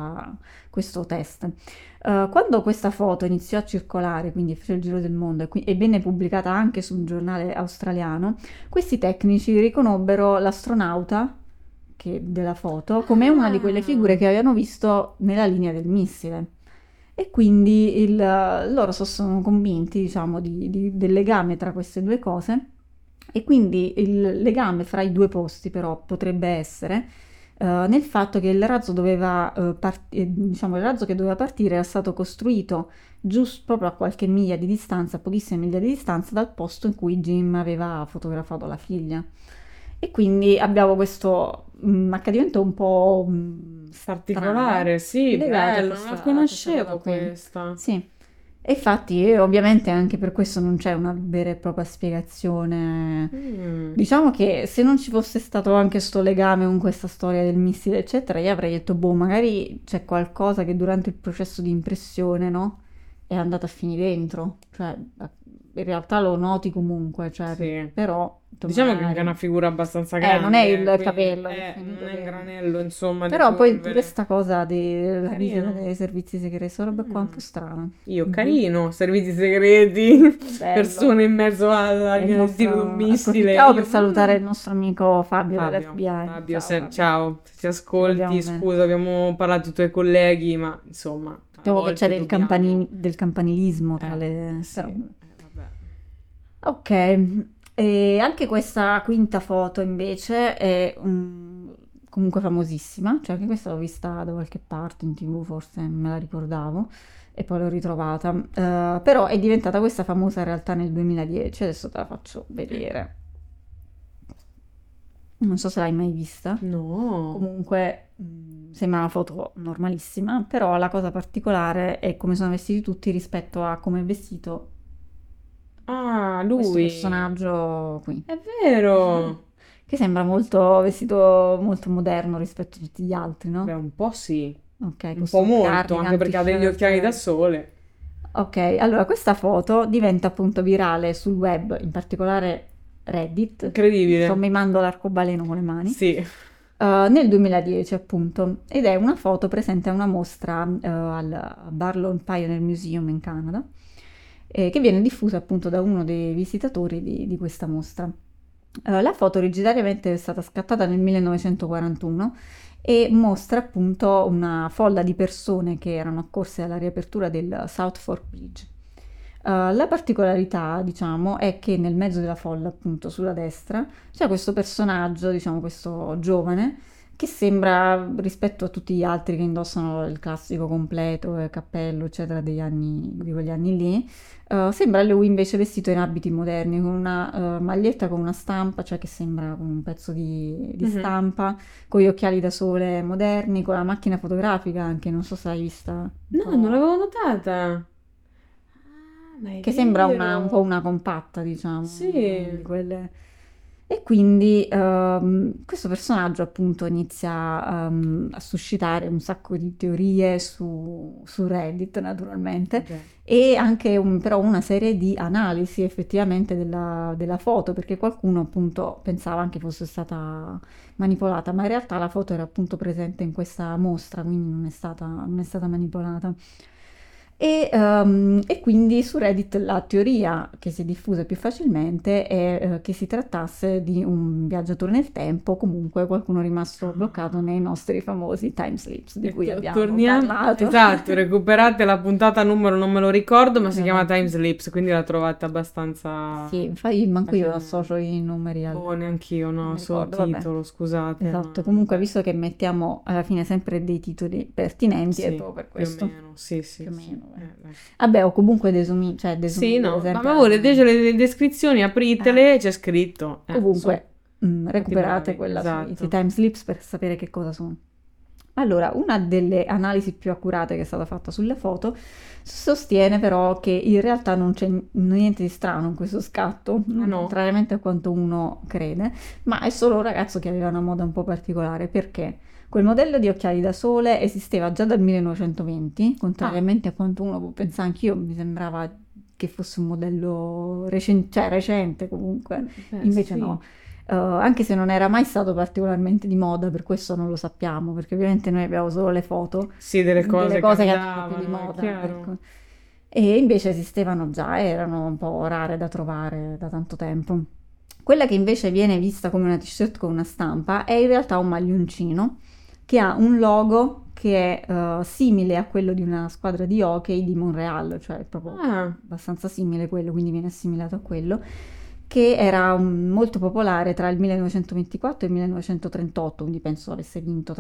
B: questo test. Quando questa foto iniziò a circolare, quindi fece il giro del mondo e venne pubblicata anche su un giornale australiano, questi tecnici riconobbero l'astronauta della foto come una di quelle figure che avevano visto nella linea del missile. E quindi loro sono convinti, diciamo, del legame tra queste due cose, e quindi il legame fra i due posti però potrebbe essere nel fatto che il razzo diciamo, il razzo che doveva partire era stato costruito giusto proprio a qualche miglia di distanza, a pochissime miglia di distanza dal posto in cui Jim aveva fotografato la figlia. E quindi abbiamo questo accadimento un po'
A: particolare, sì,
B: legato a
A: bello, non la conoscevo
B: cosa qui.
A: questa.
B: Sì. E infatti, ovviamente anche per questo non c'è una vera e propria spiegazione.
A: Mm.
B: Diciamo che se non ci fosse stato anche sto legame con questa storia del missile, eccetera, io avrei detto, boh, magari c'è qualcosa che durante il processo di impressione, no? È andato a finire dentro. Cioè, in realtà lo noti comunque, cioè,
A: Sì.
B: però,
A: Diciamo che è anche
B: magari...
A: una figura abbastanza
B: non è
A: grande,
B: il
A: quindi
B: capello che è finito
A: non è un
B: dentro.
A: granello, insomma, di
B: Però poi pure
A: polvere.
B: sta cosa della visita
A: Carino.
B: dei servizi segreti, sta roba qua è un
A: Mm.
B: po' strana.
A: Io,
B: Boh.
A: carino, servizi segreti,
B: Bello.
A: persone in mezzo
B: E il
A: al tiro di un
B: nostro...
A: missile.
B: Approfittiamo per
A: Io,
B: salutare il nostro amico Fabio
A: Fabio,
B: dell'FBI.
A: Fabio,
B: Ciao Fabio,
A: ciao, se ti
B: ci vogliamo
A: ascolti,
B: bene.
A: scusa, abbiamo parlato ai tuoi colleghi, ma insomma, a
B: Sappiamo che c'è
A: volte dobbiamo.
B: del campanilismo tra
A: Eh,
B: le...
A: sì,
B: però...
A: vabbè.
B: Ok, e anche questa quinta foto invece è comunque famosissima, cioè anche questa l'ho vista da qualche parte in TV, forse non me la ricordavo, e poi l'ho ritrovata. Però è diventata questa famosa in realtà nel 2010, adesso te la faccio vedere. Non so se l'hai mai vista.
A: No.
B: Comunque sembra una foto normalissima, però la cosa particolare è come sono vestiti tutti rispetto a come è vestito
A: Ah,
B: questo
A: lui.
B: personaggio qui.
A: È vero.
B: Che sembra molto vestito molto moderno rispetto a tutti gli altri,
A: Beh,
B: no?
A: un po' sì,
B: Ok,
A: un po'
B: questo
A: molto, anche
B: cardigan,
A: perché ha degli occhiali da
B: t-shirt.
A: sole.
B: Ok, allora questa foto diventa appunto virale sul web, in particolare Reddit. Sto
A: Incredibile.
B: mimando l'arcobaleno con le mani.
A: Sì.
B: Nel 2010 appunto, ed è una foto presente a una mostra al Barlow Pioneer Museum in Canada, che viene diffusa appunto da uno dei visitatori di questa mostra. La foto originariamente è stata scattata nel 1941 e mostra appunto una folla di persone che erano accorse alla riapertura del South Fork Bridge. La particolarità, diciamo, è che nel mezzo della folla, appunto sulla destra, c'è questo personaggio, diciamo questo giovane, che sembra, rispetto a tutti gli altri che indossano il classico completo, cappello, eccetera, di quegli anni lì, sembra lui invece vestito in abiti moderni, con una maglietta con una stampa, cioè che sembra un pezzo di
A: Mhm.
B: stampa, con gli occhiali da sole moderni, con la macchina fotografica anche, non so se l'hai vista un
A: No, non
B: po',
A: l'avevo notata. Ah, ma è
B: che sembra un po'
A: vero.
B: una compatta, diciamo, di
A: Sì.
B: quelle... E quindi questo personaggio appunto inizia a suscitare un sacco di teorie su Reddit naturalmente
A: Beh.
B: e anche però una serie di analisi effettivamente della foto perché qualcuno appunto pensava anche fosse stata manipolata, ma in realtà la foto era appunto presente in questa mostra, quindi non è stata manipolata. E quindi su Reddit la teoria che si è diffusa più facilmente è che si trattasse di un viaggiatore nel tempo, comunque qualcuno rimasto bloccato nei nostri famosi time slips di
A: E
B: cui abbiamo
A: torniamo.
B: parlato.
A: Esatto, recuperate la puntata numero, non me lo ricordo, ma si chiama
B: Esatto.
A: Time Slips, quindi la trovate abbastanza
B: Sì, infatti manco io associo
A: facilmente.
B: i numeri al...
A: Boh, neanch'io,
B: non
A: no,
B: mi
A: solo
B: ricordo, vabbè.
A: titolo, scusate, ma
B: Esatto, comunque
A: vabbè.
B: visto che mettiamo alla fine sempre dei titoli pertinenti è
A: Sì,
B: proprio per
A: più o
B: questo.
A: meno, sì,
B: Più
A: sì,
B: o
A: sì.
B: meno.
A: Dai.
B: Vabbè, o comunque cioè
A: Sì,
B: desumibile
A: no, ma
B: sempre
A: voi
B: a...
A: leggete le descrizioni,
B: Ah.
A: apritele, c'è scritto. Insomma,
B: Comunque,
A: fatti
B: recuperate
A: bravi,
B: quella sui
A: esatto.
B: time slips per sapere che cosa sono. Allora, una delle analisi più accurate che è stata fatta sulle foto sostiene però che in realtà non c'è niente di strano in questo scatto,
A: Ah no?
B: contrariamente a quanto uno crede, ma è solo un ragazzo che aveva una moda un po' particolare, perché quel modello di occhiali da sole esisteva già dal 1920,
A: Ah,
B: contrariamente a quanto uno può pensare, anch'io mi sembrava che fosse un modello cioè recente comunque,
A: beh,
B: invece no.
A: sì.
B: Anche se non era mai stato particolarmente di moda, per questo non lo sappiamo, perché ovviamente noi abbiamo solo le foto
A: Sì, delle
B: delle
A: cose che
B: cose che andavano più di
A: andavano, è
B: moda,
A: chiaro.
B: ecco. E invece esistevano già, erano un po' rare da trovare da tanto tempo. Quella che invece viene vista come una t-shirt con una stampa è in realtà un maglioncino che ha un logo che è simile a quello di una squadra di hockey di Montreal, cioè è proprio
A: Ah,
B: abbastanza simile quello, quindi viene assimilato a quello, che era molto popolare tra il 1924 e il 1938, quindi penso avesse vinto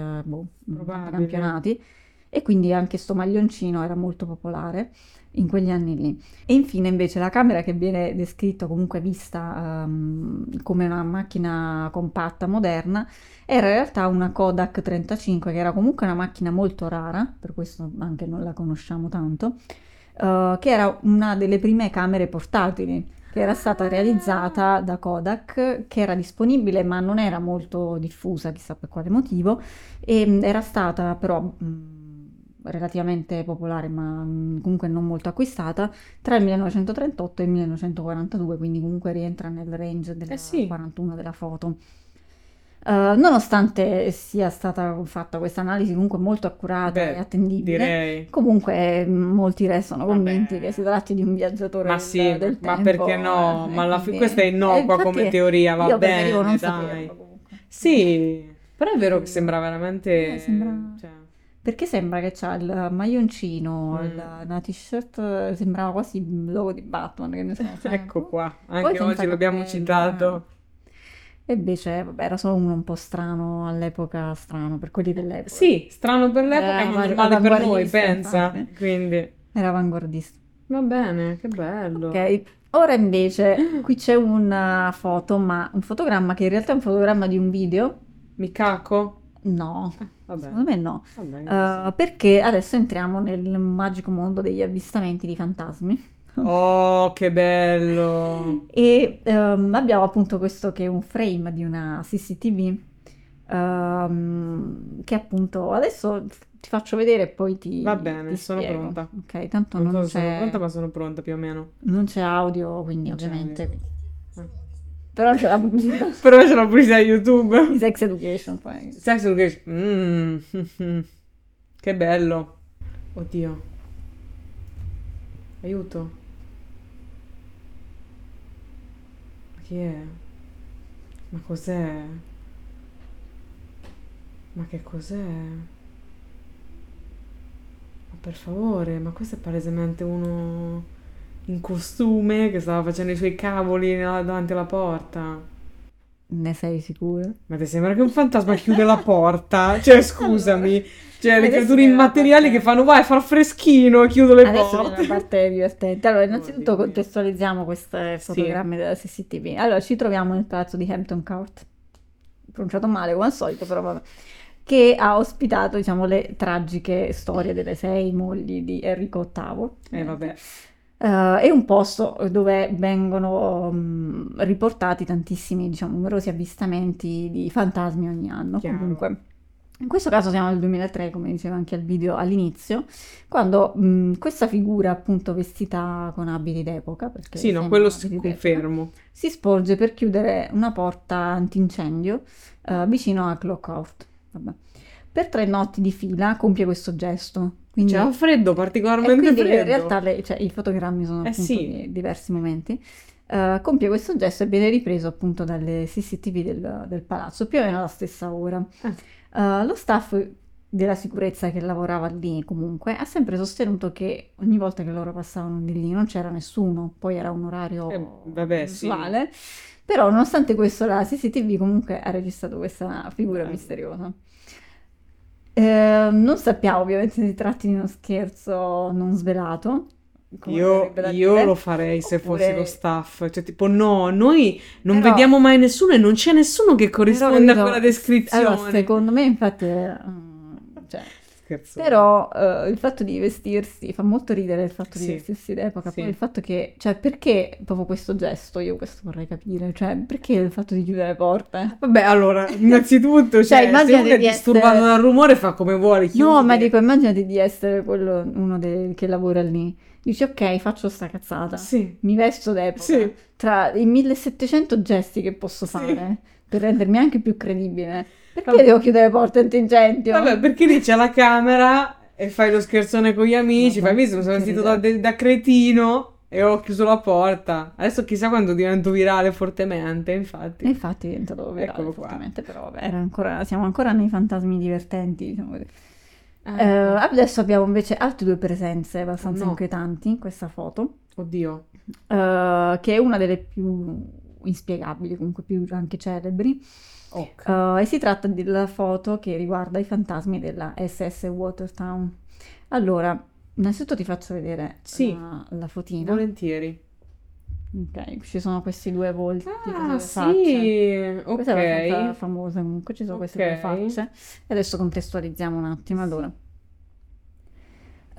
B: tanti
A: probabile.
B: campionati e quindi anche sto maglioncino era molto popolare in quegli anni lì. E infine invece la camera che viene descritta, comunque vista come una macchina compatta moderna, era in realtà una Kodak 35, che era comunque una macchina molto rara, per questo anche non la conosciamo tanto, che era una delle prime camere portatili, che era stata realizzata da Kodak, che era disponibile ma non era molto diffusa, chissà per quale motivo, e era stata però relativamente popolare, ma comunque non molto acquistata, tra il 1938 e il 1942, quindi comunque rientra nel range del
A: sì.
B: 41 della foto. Nonostante sia stata fatta questa analisi comunque molto accurata e
A: Beh,
B: attendibile,
A: direi.
B: comunque molti restano convinti che
A: Vabbè.
B: si tratti di un viaggiatore
A: Ma sì,
B: del
A: ma
B: tempo.
A: perché no? Ma questa è
B: E
A: innocua come
B: infatti
A: teoria, va
B: io preferivo non
A: bene,
B: saperlo
A: dai.
B: comunque.
A: Sì, però è vero che
B: Preferivo.
A: sembra
B: Sembra...
A: veramente... Cioè,
B: Perché sembra che c'ha il maglioncino,
A: mm,
B: una t-shirt, sembrava quasi il logo di Batman, che ne so. Cioè,
A: ecco qua,
B: poi
A: anche
B: senza
A: oggi l'abbiamo
B: cappello.
A: citato.
B: E invece, vabbè, era solo uno un po' strano all'epoca, strano per quelli dell'epoca.
A: Sì, strano per l'epoca, ma normale per noi,
B: Avanguardista,
A: pensa.
B: infatti.
A: Quindi,
B: Era avanguardista.
A: va bene, che bello.
B: Ok, ora invece qui c'è una foto, ma un fotogramma che in realtà è un fotogramma di un video.
A: Mikako?
B: No,
A: Vabbè,
B: secondo me no.
A: vabbè, che ne so.
B: Perché adesso entriamo nel magico mondo degli avvistamenti di fantasmi.
A: Oh, che bello.
B: E abbiamo appunto questo che è un frame di una CCTV, che appunto adesso ti faccio vedere e poi
A: Va
B: ti
A: bene, sono
B: spiego.
A: pronta.
B: Ok, tanto
A: Non so se sono pronta, ma sono pronta più o meno.
B: non c'è audio, quindi
A: Non c'è
B: ovviamente.
A: audio. Ah.
B: Però c'è la pubblicità
A: Però c'è la pubblicità di
B: di
A: YouTube.
B: Sex Education. Poi.
A: Sex Education. Che bello. Oddio. Aiuto. Ma chi è? Ma cos'è? Ma che cos'è? Ma per favore, ma questo è palesemente uno in costume che stava facendo i suoi cavoli davanti alla porta.
B: Ne sei sicura?
A: Ma ti sembra che un fantasma chiude la porta? Cioè, scusami. Cioè, le
B: Adesso
A: creature
B: viene la
A: immateriali che
B: parte.
A: fanno vai a far freschino e chiudo le
B: Adesso viene la
A: porte.
B: parte divertente. Allora,
A: Oh,
B: innanzitutto
A: Dio mio.
B: contestualizziamo questi
A: Sì.
B: fotogrammi della CCTV. Allora, ci troviamo nel palazzo di Hampton Court, pronunciato male come al solito, però vabbè, che ha ospitato, diciamo, le tragiche storie delle 6 mogli di Enrico VIII.
A: Vabbè.
B: È un posto dove vengono riportati tantissimi, diciamo, numerosi avvistamenti di fantasmi ogni anno.
A: Chiaro.
B: Comunque, in questo caso siamo nel 2003, come diceva anche il video all'inizio, quando questa figura, appunto vestita con abiti d'epoca, perché
A: Sì, no,
B: sembrano
A: quello
B: abiti d'epoca,
A: confermo.
B: si sporge per chiudere una porta antincendio vicino a Clockhouse. Vabbè. Per 3 notti di fila compie questo gesto. Quindi,
A: C'era freddo,
B: e
A: particolarmente
B: quindi in
A: freddo.
B: realtà cioè, i fotogrammi sono appunto
A: Sì.
B: di diversi momenti. Compie questo gesto e viene ripreso appunto dalle CCTV del palazzo, più o meno alla stessa ora. Lo staff della sicurezza che lavorava lì comunque ha sempre sostenuto che ogni volta che loro passavano di lì non c'era nessuno, poi era un orario
A: Vabbè, sì.
B: usuale, però nonostante questo la CCTV comunque ha registrato questa figura
A: Bello.
B: misteriosa. Non sappiamo ovviamente se si tratti di uno scherzo non svelato, come verrebbe da
A: Io
B: dire,
A: lo farei se fossi lo
B: oppure.
A: staff. Cioè, tipo, no, noi non
B: Però,
A: vediamo mai nessuno e non c'è nessuno che
B: però,
A: corrisponde a
B: capito,
A: quella descrizione.
B: allora, secondo me infatti, cioè,
A: Scherzo.
B: però il fatto di vestirsi, fa molto ridere il fatto di
A: Sì,
B: vestirsi d'epoca,
A: sì.
B: poi il fatto che, cioè perché proprio questo gesto, io questo vorrei capire, cioè perché il fatto di chiudere le porte?
A: Vabbè, allora, innanzitutto,
B: Cioè,
A: se
B: immaginati
A: uno è
B: di
A: disturbato
B: essere.
A: dal rumore fa come vuole,
B: No, ma
A: chiude.
B: dico, immaginati di essere uno che lavora lì. Dici, ok, faccio sta cazzata,
A: Sì,
B: mi vesto d'epoca,
A: sì,
B: tra i 1700 gesti che posso
A: sì.
B: fare per rendermi anche più credibile, perché
A: Vabbè.
B: devo chiudere le porte antincendio?
A: Vabbè, perché lì c'è la camera e fai lo scherzone con gli amici,
B: Vabbè,
A: fai visto, mi sono
B: che
A: vestito
B: ridere.
A: da cretino e ho chiuso la porta. Adesso chissà quando divento virale fortemente,
B: E
A: infatti.
B: infatti è diventato virale
A: Eccolo qua.
B: fortemente, però vabbè, siamo ancora nei fantasmi divertenti, diciamo così.
A: Ecco.
B: Adesso abbiamo invece altre 2 presenze abbastanza
A: Oh no.
B: inquietanti in questa foto.
A: Oddio.
B: Che è una delle più inspiegabili, comunque più anche celebri.
A: Ok.
B: E si tratta della foto che riguarda i fantasmi della SS Watertown. Allora, innanzitutto ti faccio vedere
A: Sì.
B: la fotina.
A: Volentieri.
B: Ok, ci sono questi 2 volti, queste
A: Ah,
B: 2 facce.
A: sì.
B: Questa è abbastanza
A: Ok.
B: famosa comunque, ci sono queste 2
A: Ok.
B: facce. E adesso contestualizziamo un attimo. Allora,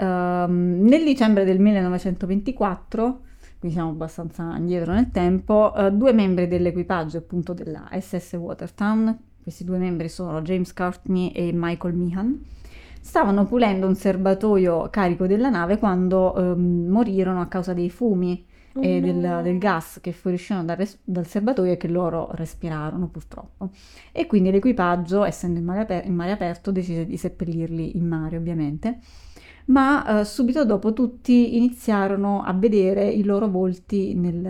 B: Nel dicembre del 1924, quindi siamo abbastanza indietro nel tempo, due membri dell'equipaggio appunto della SS Watertown, questi due membri sono James Courtney e Michael Meehan, stavano pulendo un serbatoio carico della nave quando morirono a causa dei fumi
A: Oh
B: e
A: no.
B: del gas che fuoriuscivano dal serbatoio e che loro respirarono purtroppo. E quindi l'equipaggio, essendo in mare aperto, decise di seppellirli in mare ovviamente, ma subito dopo tutti iniziarono a vedere i loro volti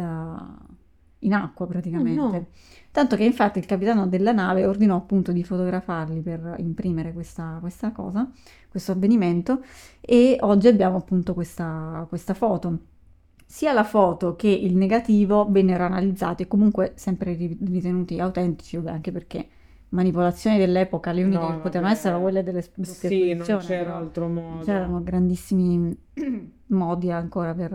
B: in acqua
A: Oh
B: praticamente.
A: no.
B: Tanto che infatti il capitano della nave ordinò appunto di fotografarli per imprimere questa cosa, questo avvenimento, e oggi abbiamo appunto questa foto. Sia la foto che il negativo vennero analizzati e comunque sempre ritenuti autentici, vabbè, anche perché manipolazioni dell'epoca, le uniche che
A: No,
B: potevano essere erano
A: vabbè.
B: quelle delle doppie
A: Sì, non
B: esposizione,
A: c'era
B: però
A: altro modo.
B: c'erano grandissimi modi ancora per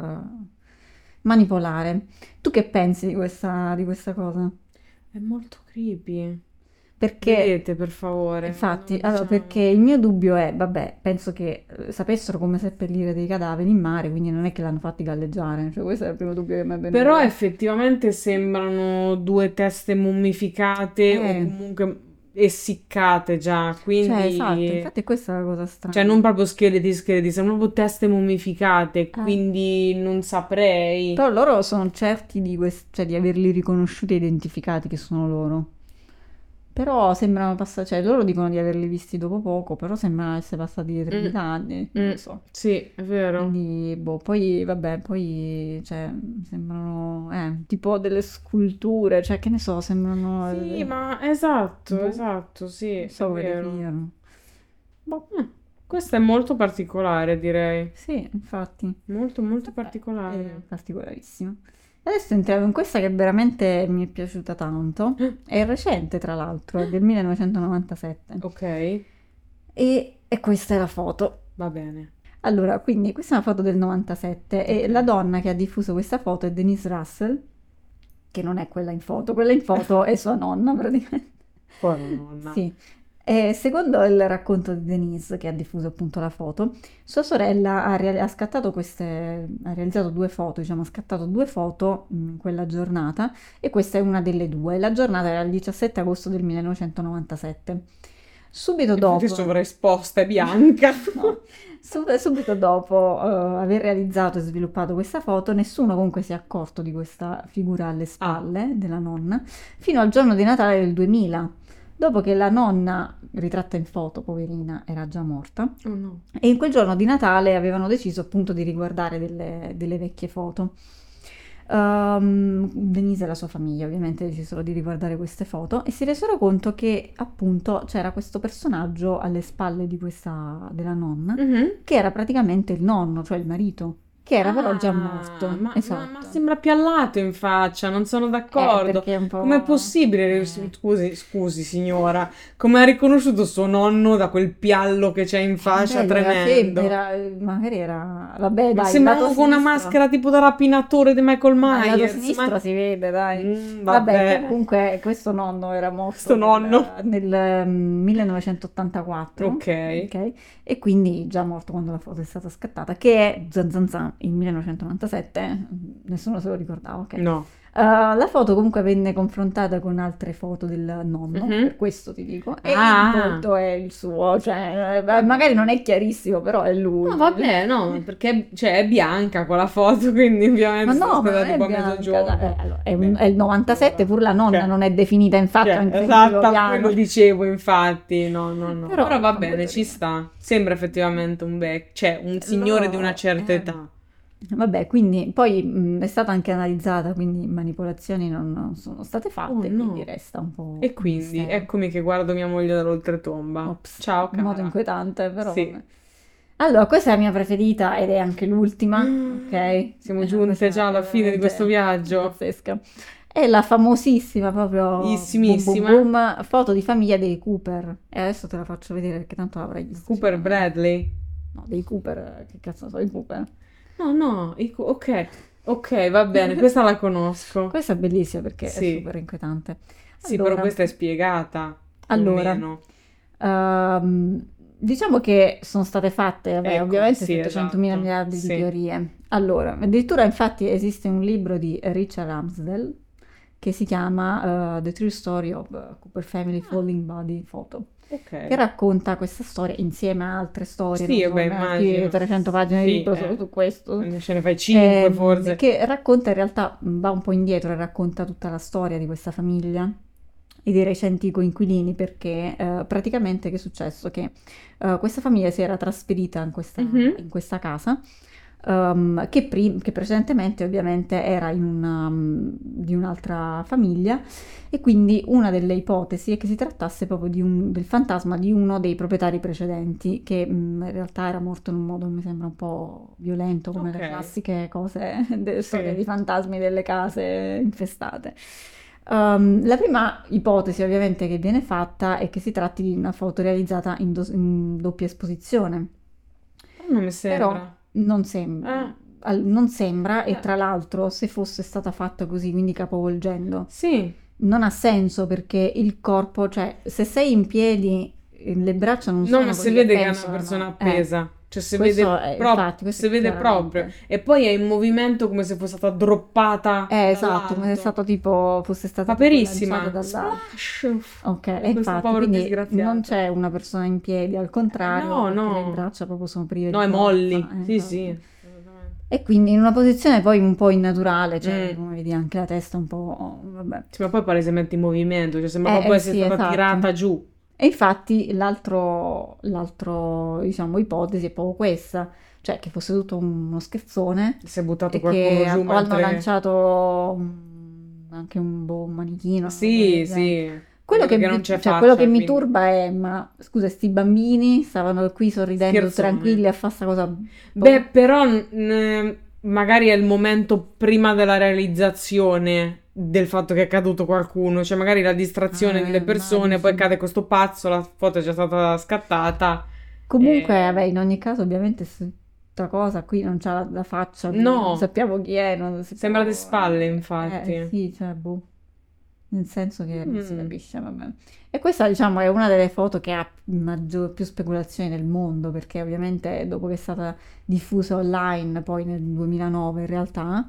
B: manipolare. Tu che pensi di questa cosa?
A: È molto creepy.
B: Perché,
A: Vedete, per favore,
B: infatti,
A: no,
B: allora, perché
A: diciamo.
B: il mio dubbio è, vabbè, penso che sapessero come seppellire dei cadaveri in mare, quindi non è che l'hanno fatti galleggiare, cioè questo è il primo dubbio che mi è
A: Però
B: venuto.
A: effettivamente sembrano due teste mummificate o
B: Eh,
A: comunque essiccate già,
B: cioè, esatto,
A: quindi...
B: infatti questa è la cosa
A: Cioè,
B: strana.
A: non proprio scheletri, sono proprio teste mummificate,
B: Eh,
A: quindi non saprei.
B: Però loro sono certi cioè, di averli riconosciuti e identificati che sono loro. Però sembrano passati, cioè loro dicono di averli visti dopo poco, però sembrano essere passati
A: Mm,
B: 3000 anni, non
A: mm,
B: lo so.
A: sì, è vero.
B: Quindi, boh, poi, vabbè, poi, cioè, sembrano, tipo delle sculture, cioè, che ne so, sembrano,
A: Sì, ma esatto,
B: boh,
A: esatto, sì,
B: non
A: è
B: so come
A: vero.
B: definirlo. Boh,
A: Mm, questo è molto particolare, direi.
B: sì, infatti.
A: Molto, molto
B: Vabbè, è
A: particolare.
B: particolarissimo. Adesso entriamo in questa che veramente mi è piaciuta tanto. È recente, tra l'altro, è del 1997.
A: Ok,
B: E questa è la foto.
A: va bene.
B: Allora, quindi questa è una foto del 97 e
A: Ok.
B: la donna che ha diffuso questa foto è Denise Russell, che non è quella in foto è sua nonna praticamente.
A: Povera nonna.
B: Sì. E secondo il racconto di Denise, che ha diffuso appunto la foto, sua sorella ha realizzato due foto, diciamo, ha scattato due foto in quella giornata e questa è una delle due. La giornata era il 17 agosto del 1997. Subito
A: Infatti
B: dopo,
A: sovraesposta, è bianca.
B: no, subito dopo aver realizzato e sviluppato questa foto, nessuno comunque si è accorto di questa figura alle
A: Ah,
B: spalle della nonna fino al giorno di Natale del 2000, dopo che la nonna, ritratta in foto, poverina, era già morta.
A: oh no.
B: E in quel giorno di Natale avevano deciso appunto di riguardare delle vecchie foto. Denise e la sua famiglia ovviamente decisero di riguardare queste foto e si resero conto che appunto c'era questo personaggio alle spalle della nonna
A: Mhm.
B: che era praticamente il nonno, cioè il marito, che era però già
A: Ah,
B: morto.
A: ma
B: Esatto.
A: sembra più allato in faccia, non sono d'accordo.
B: Perché è un
A: Com'è
B: po'...
A: possibile? Scusi, signora, come ha riconosciuto suo nonno da quel piallo che c'è in faccia
B: Magari era
A: tremendo?
B: femmina, magari era... Vabbè,
A: Ma
B: dai, il
A: sembra
B: lato
A: uno con una
B: sinistro.
A: maschera tipo da rapinatore di Michael
B: Ma il lato
A: Myers.
B: sinistro si vede, dai. Vabbè,
A: Vabbè,
B: comunque questo nonno era morto
A: sto nonno.
B: nel 1984,
A: Ok.
B: ok? E quindi già morto quando la foto è stata scattata, che è zan zan zan, il 1997, nessuno se lo ricordava, ok?
A: No.
B: La foto comunque venne confrontata con altre foto del nonno, per
A: Mhm.
B: questo ti dico, e il
A: Ah.
B: volto è il suo, cioè magari non
A: Vabbè.
B: è chiarissimo, però è
A: No,
B: lui.
A: vabbè, no, perché cioè, è bianca quella foto, quindi
B: Ma
A: ovviamente sono
B: no, ma
A: stata
B: non è
A: tipo a
B: bianca,
A: mezzogiorno.
B: allora,
A: Beh,
B: è il 97,
A: allora,
B: pur la nonna
A: cioè,
B: non è definita in faccia
A: cioè,
B: in secondo
A: esatto, quello
B: piano.
A: dicevo, infatti, no, no, no.
B: Però
A: Però va
B: comunque
A: bene, ci
B: carino.
A: sta. Sembra effettivamente cioè, un signore di una
B: Loro,
A: certa età.
B: vabbè, quindi poi è stata anche analizzata, quindi manipolazioni non sono state
A: Oh
B: fatte, quindi
A: no.
B: resta un po'
A: E
B: un
A: quindi,
B: mistero.
A: eccomi che guardo mia moglie dall'oltretomba.
B: Ops,
A: Ciao,
B: in modo
A: cara.
B: inquietante, però
A: Sì.
B: vabbè. Allora, questa è la mia preferita ed è anche l'ultima, ok?
A: Siamo giunte
B: Questa
A: già alla
B: è
A: fine di questo
B: veramente
A: viaggio.
B: pazzesca. È la famosissima proprio boom boom
A: Issimissima.
B: boom foto di famiglia dei Cooper. E adesso te la faccio vedere perché tanto l'avrai vista
A: Cooper
B: sicuramente.
A: Bradley.
B: No, dei Cooper, che cazzo sono i Cooper?
A: No, no, ok, ok, va bene, questa la conosco.
B: Questa è bellissima perché è
A: Sì,
B: super inquietante.
A: sì, però
B: Allora,
A: questa è spiegata, più o
B: allora,
A: meno.
B: ehm, Diciamo che sono state fatte,
A: Ecco,
B: ovviamente
A: sì,
B: 700.000
A: esatto,
B: miliardi di
A: sì.
B: teorie. Allora, addirittura infatti esiste un libro di Richard Ramsdell che si chiama The True Story of Cooper Family
A: Ah,
B: Falling Body Photo, che
A: ok.
B: racconta questa storia insieme a altre storie,
A: Sì,
B: non so,
A: vabbè,
B: ne ha più di
A: immagino.
B: 300 pagine di
A: Sì,
B: libro solo su questo,
A: ce ne fai 5 forse.
B: che racconta in realtà, va un po' indietro e racconta tutta la storia di questa famiglia e dei recenti coinquilini perché praticamente che è successo? Che questa famiglia si era trasferita
A: Mhm.
B: in questa casa che precedentemente ovviamente era di un'altra famiglia e quindi una delle ipotesi è che si trattasse proprio del fantasma di uno dei proprietari precedenti che in realtà era morto in un modo mi sembra un po' violento come
A: Ok,
B: le classiche cose delle storie
A: sì.
B: di fantasmi delle case infestate. La prima ipotesi ovviamente che viene fatta è che si tratti di una foto realizzata in doppia esposizione,
A: Però non mi
B: però
A: sembra.
B: non, sem-
A: Eh,
B: non sembra e
A: eh,
B: tra l'altro se fosse stata fatta così, quindi capovolgendo,
A: sì.
B: non ha senso perché il corpo, cioè se sei in piedi le braccia non
A: No, ma
B: sono
A: si
B: così che
A: vede che è una persona
B: pensolano.
A: appesa. Cioè,
B: Questo è, infatti, questo
A: si
B: è
A: vede proprio.
B: chiaramente.
A: E poi è in movimento come se fosse stata droppata
B: Esatto, come se
A: dall'alto.
B: fosse stata tipo lanciata
A: Paperissima.
B: dall'alto.
A: Splash!
B: Ok, e
A: E questo
B: infatti,
A: povero
B: quindi non
A: disgraziato.
B: c'è una persona in piedi, al contrario,
A: No,
B: perché le
A: no.
B: braccia proprio sono prive
A: No,
B: di
A: è
B: forza.
A: molli. Sì, sì.
B: Esatto.
A: Assolutamente.
B: E quindi in una posizione poi un po' innaturale, cioè
A: Mm.
B: come vedi anche la testa un po', vabbè.
A: Sì, ma poi palesemente in movimento, cioè sembra proprio essere
B: Sì,
A: stata
B: esatto.
A: tirata giù.
B: E infatti diciamo, ipotesi è proprio questa, cioè che fosse tutto uno scherzone
A: Si è buttato
B: e
A: qualcuno giù
B: o hanno
A: mentre...
B: lanciato anche un manichino, una roba del
A: Sì,
B: genere.
A: sì. Anche perché non c'è
B: Quello che
A: faccia,
B: mi
A: quindi...
B: turba è, ma scusa, sti bambini stavano qui sorridendo tranquilli
A: Scherzone.
B: a fare sta cosa,
A: Beh,
B: boh.
A: però magari è il momento prima della realizzazione del fatto che è caduto qualcuno, cioè magari la distrazione delle
B: Ma
A: persone, poi
B: dici.
A: cade questo pazzo, la foto è già stata scattata.
B: Comunque, vabbè,
A: e-
B: in ogni caso, ovviamente, questa cosa qui non c'ha la faccia non
A: No,
B: sappiamo chi è, non si
A: sembra de
B: può...
A: spalle, infatti.
B: sì, cioè, boh, nel senso che non si
A: Mm.
B: capisce, vabbè. E questa, diciamo, è una delle foto che ha più speculazioni nel mondo, perché ovviamente dopo che è stata diffusa online, poi nel 2009 in realtà,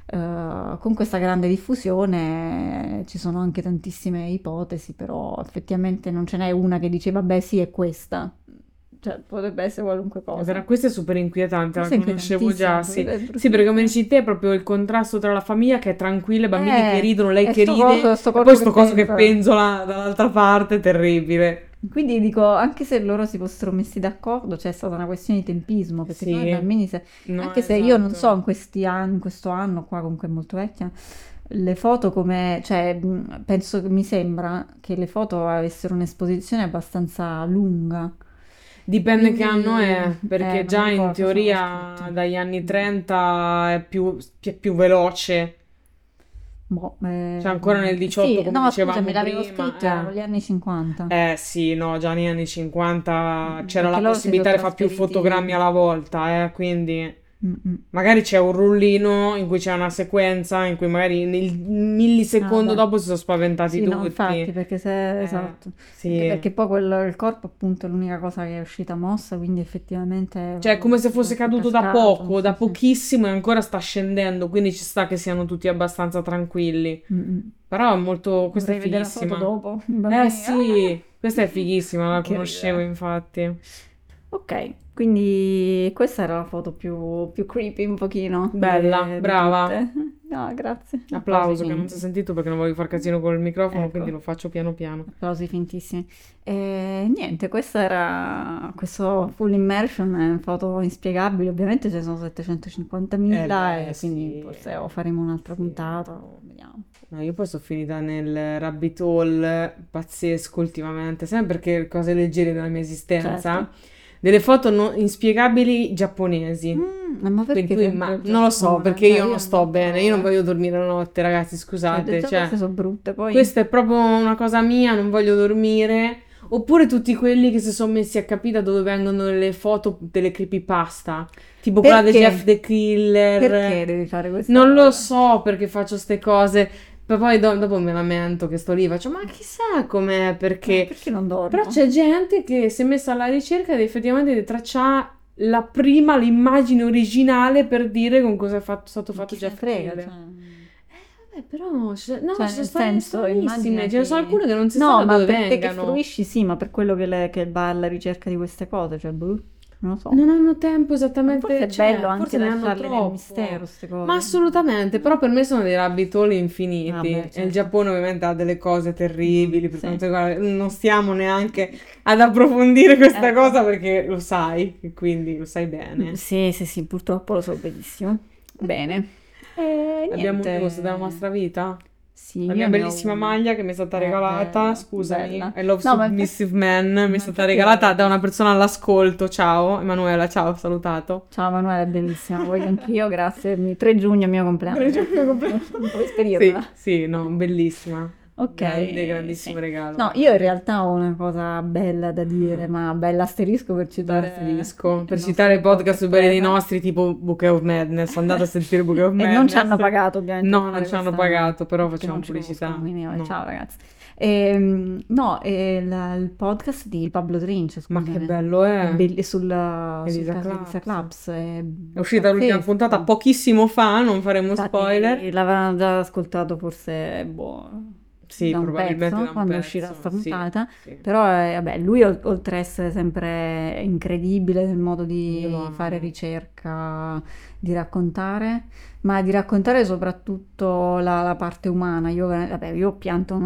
B: con questa grande diffusione ci sono anche tantissime ipotesi, però effettivamente non ce n'è una che dice, vabbè, sì, è questa. Cioè, potrebbe essere qualunque cosa.
A: Questa è super inquietante, la
B: Questa è
A: conoscevo già,
B: inquietantissima,
A: sì.
B: è
A: Sì, perché come
B: bruttissima.
A: dici te è proprio il contrasto tra la famiglia che è tranquilla, i bambini che ridono, lei
B: È
A: che ride,
B: sto
A: e poi
B: corpo che
A: sto coso che
B: pensa.
A: penzola dall'altra parte, terribile.
B: Quindi dico, anche se loro si fossero messi d'accordo, c'è stata una questione di tempismo, perché sennò i
A: Sì,
B: bambini,
A: no,
B: anche se io non so
A: esatto.
B: in questi anni, in questo anno qua, comunque è molto vecchia, le foto come, cioè, penso che mi sembra che le foto avessero un'esposizione abbastanza lunga,
A: Dipende che anno
B: quindi,
A: è, perché
B: non mi
A: già in
B: ricordo, forse non l'ho scritto.
A: teoria dagli anni
B: Mm.
A: 30 è più veloce,
B: Boh,
A: cioè ancora nel 18
B: sì,
A: come
B: no, scusami,
A: dicevamo
B: l'avevo scritto, erano
A: prima.
B: gli anni 50.
A: Sì, no, già negli anni 50 c'era
B: Perché
A: la
B: loro si sono
A: possibilità di fare più fotogrammi
B: trasferiti.
A: alla volta, quindi
B: Mm, mm.
A: magari c'è un rullino in cui c'è una sequenza in cui magari nel
B: Ah,
A: millisecondo
B: beh.
A: dopo si sono spaventati
B: Sì, no, infatti,
A: tutti.
B: perché se,
A: Eh,
B: esatto, anche
A: sì.
B: perché poi il corpo appunto è l'unica cosa che è uscita mossa, quindi effettivamente
A: Cioè, è come se
B: è
A: fosse
B: tutto
A: caduto da
B: cascato,
A: poco,
B: sì,
A: da
B: sì.
A: pochissimo e ancora sta scendendo, quindi ci sta che siano tutti abbastanza tranquilli.
B: Mm, mm.
A: Però è molto... questa è
B: Dovrei vedere la foto
A: fighissima.
B: dopo, i
A: Eh
B: bambini,
A: sì, questa è fighissima, la
B: che
A: conoscevo
B: ridere.
A: infatti.
B: Ok, quindi questa era la foto più creepy un pochino
A: Bella,
B: di
A: brava.
B: tutte. No, grazie. Applausi
A: Applauso che non si è
B: finti.
A: sentito perché non voglio far casino col microfono, quindi
B: Ecco.
A: lo faccio piano piano.
B: Applausi fintissimi. E niente, questo full immersion, è foto inspiegabili, ovviamente ce ne sono 750.000
A: Beh,
B: e quindi
A: sì,
B: forse o faremo un'altra
A: sì.
B: puntata o vediamo.
A: No, io poi sono finita nel rabbit hole pazzesco ultimamente, sempre perché cose leggere della mia
B: Certo.
A: esistenza, delle foto inspiegabili giapponesi.
B: Ma
A: Quindi
B: perché sempre il
A: non lo so,
B: Giappone?
A: perché
B: Cioè
A: io non
B: io
A: sto
B: non
A: bene, io non
B: so,
A: voglio dormire la notte, ragazzi,
B: cioè
A: scusate,
B: già
A: cioè,
B: queste sono brutte, poi...
A: questa è proprio una cosa mia, non voglio dormire. Oppure tutti quelli che si sono messi a capire da dove vengono le foto delle creepypasta, tipo quella di Jeff
B: Perché?
A: the Killer.
B: Perché devi fare questa
A: Non lo
B: cosa?
A: so perché faccio ste cose, Poi dopo me lamento che sto lì, faccio, ma chissà com'è, perché...
B: Perché non dormo?
A: Però c'è gente che si è messa alla ricerca ed effettivamente traccia l'immagine originale per dire con cosa è stato
B: Ma
A: fatto
B: chi se ne
A: Jeff
B: frega,
A: Keighley.
B: cioè.
A: Vabbè, però, no,
B: Cioè,
A: ci sono
B: nel
A: storie
B: senso,
A: stranissime,
B: immagina
A: ce ne sono
B: che...
A: alcune che non si sa
B: No,
A: da
B: ma
A: dove
B: per te che
A: vengano.
B: fruisci, sì, ma per quello che va alla ricerca di queste cose, cioè, boh, non lo so.
A: Non hanno tempo
B: Ma
A: esattamente,
B: forse è
A: cioè,
B: bello anche
A: forse ne hanno
B: lasciarle nel
A: troppo.
B: mistero, queste
A: Ma
B: cose.
A: assolutamente, però per me sono dei rabbit hole infiniti.
B: Vabbè,
A: E il
B: certo.
A: Giappone ovviamente ha delle cose terribili, per
B: Sì.
A: quanto riguarda... Non stiamo neanche ad approfondire questa
B: Ecco.
A: cosa perché lo sai, e quindi lo sai bene.
B: Sì, purtroppo lo so benissimo. Bene. E
A: Abbiamo un
B: niente.
A: news della nostra vita?
B: Sì,
A: La
B: io
A: mia
B: ne ho
A: bellissima
B: una.
A: maglia che mi è stata regalata,
B: Bella,
A: scusami,
B: bella.
A: I Love
B: No, ma
A: Submissive Man, mi è
B: ma
A: stata
B: infatti
A: regalata da una persona all'ascolto. Ciao, Emanuela, ciao, salutato.
B: Ciao Manuela, è bellissima, voglio anch'io, grazie. 3 giugno, mio compleanno. Puoi spedirmela.
A: Sì, no, bellissima.
B: Ok,
A: Grande, grandissimo
B: sì.
A: regalo.
B: No, io in realtà ho una cosa bella da dire, ma bella asterisco per citare
A: Asterisco.
B: il
A: Per
B: nostro
A: citare podcast più belli dei
B: preso.
A: nostri, tipo Bouquet of Madness. Andate a sentire Bouquet of
B: E
A: Madness.
B: non ci hanno pagato ovviamente
A: No,
B: per
A: non
B: fare
A: ci hanno
B: questa,
A: pagato, però
B: perché
A: facciamo
B: non ci
A: pubblicità.
B: conoscono, quindi
A: No.
B: ciao ragazzi. No, il podcast di Pablo Trince,
A: Ma che
B: scusami,
A: bello è.
B: sul
A: Elisa
B: caso di Elisa
A: Claps.
B: Claps,
A: È uscita l'ultima
B: pazzesco.
A: puntata pochissimo fa, non faremo
B: Infatti
A: spoiler.
B: l'avevano già ascoltato forse
A: Sì,
B: da un
A: probabilmente
B: pezzo,
A: da un
B: quando uscirà sta
A: pezzo, sì,
B: puntata,
A: sì.
B: però vabbè, lui oltre a essere sempre incredibile nel modo
A: Io lo
B: di fare
A: amo.
B: ricerca, di raccontare, ma di raccontare soprattutto la parte umana. Io ho pianto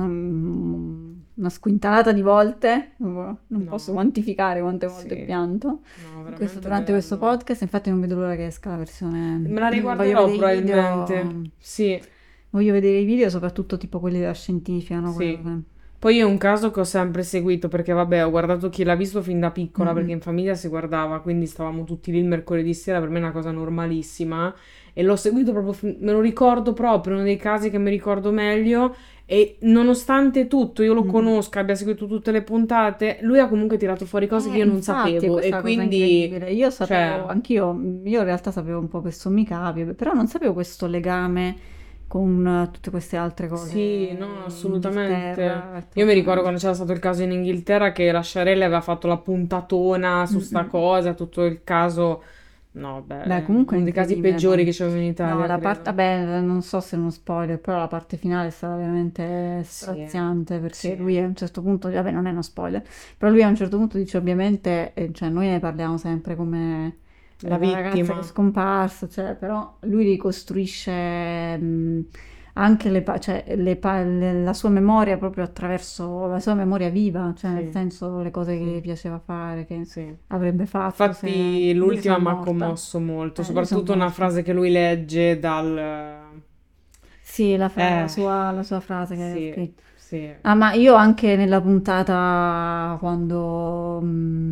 B: una squintalata di volte, non posso
A: No,
B: quantificare quante volte ho
A: sì.
B: pianto
A: No,
B: durante questo
A: bello.
B: podcast, infatti non vedo l'ora che esca la versione.
A: Me la
B: Voglio
A: riguarderò
B: vedere i
A: probabilmente.
B: video,
A: Sì,
B: voglio vedere i video, soprattutto tipo quelli della scientifica, no?
A: sì. Poi è un caso che ho sempre seguito perché, vabbè, ho guardato Chi l'ha visto fin da piccola perché
B: Mm-mm.
A: in famiglia si guardava, quindi stavamo tutti lì il mercoledì sera, per me è una cosa normalissima. E l'ho seguito proprio, me lo ricordo proprio, uno dei casi che mi ricordo meglio. E nonostante tutto, io lo
B: Mm-mm.
A: conosca, abbia seguito tutte le puntate, lui ha comunque tirato fuori cose che io non
B: Infatti, è
A: sapevo.
B: questa
A: E
B: la cosa
A: quindi,
B: incredibile. Io sapevo,
A: cioè,
B: anch'io, io in realtà sapevo un po' per sommi capi, però non sapevo questo legame con tutte queste altre cose
A: sì, no,
B: in
A: assolutamente.
B: Inghilterra.
A: Io mi ricordo quando c'era stato il caso in Inghilterra che la Sciarelli aveva fatto la puntatona su sta
B: Mm-mm.
A: cosa, tutto il caso. No, beh,
B: Beh,
A: è
B: comunque è
A: uno dei casi
B: incredibile
A: peggiori
B: poi.
A: che c'avevo in
B: No,
A: Italia,
B: la parte,
A: credo.
B: vabbè, non so se è uno spoiler, però la parte finale è stata veramente
A: Sì,
B: straziante perché
A: sì.
B: lui a un certo punto, vabbè, non è uno spoiler, però lui a un certo punto dice ovviamente, cioè noi ne parliamo sempre come
A: La
B: la ragazza che è
A: vittima.
B: scomparsa, cioè, però lui ricostruisce anche cioè, la sua memoria proprio attraverso la sua memoria viva, cioè nel
A: Sì,
B: senso le cose che
A: sì,
B: gli piaceva fare, che
A: sì.
B: avrebbe fatto se
A: Infatti
B: Lisa
A: l'ultima
B: è
A: mi ha
B: morta.
A: commosso molto,
B: Lisa è
A: soprattutto una
B: morta.
A: frase che lui legge dal...
B: Sì,
A: Eh,
B: la sua frase che ha
A: sì,
B: scritto.
A: sì,
B: Ah, ma io anche nella puntata quando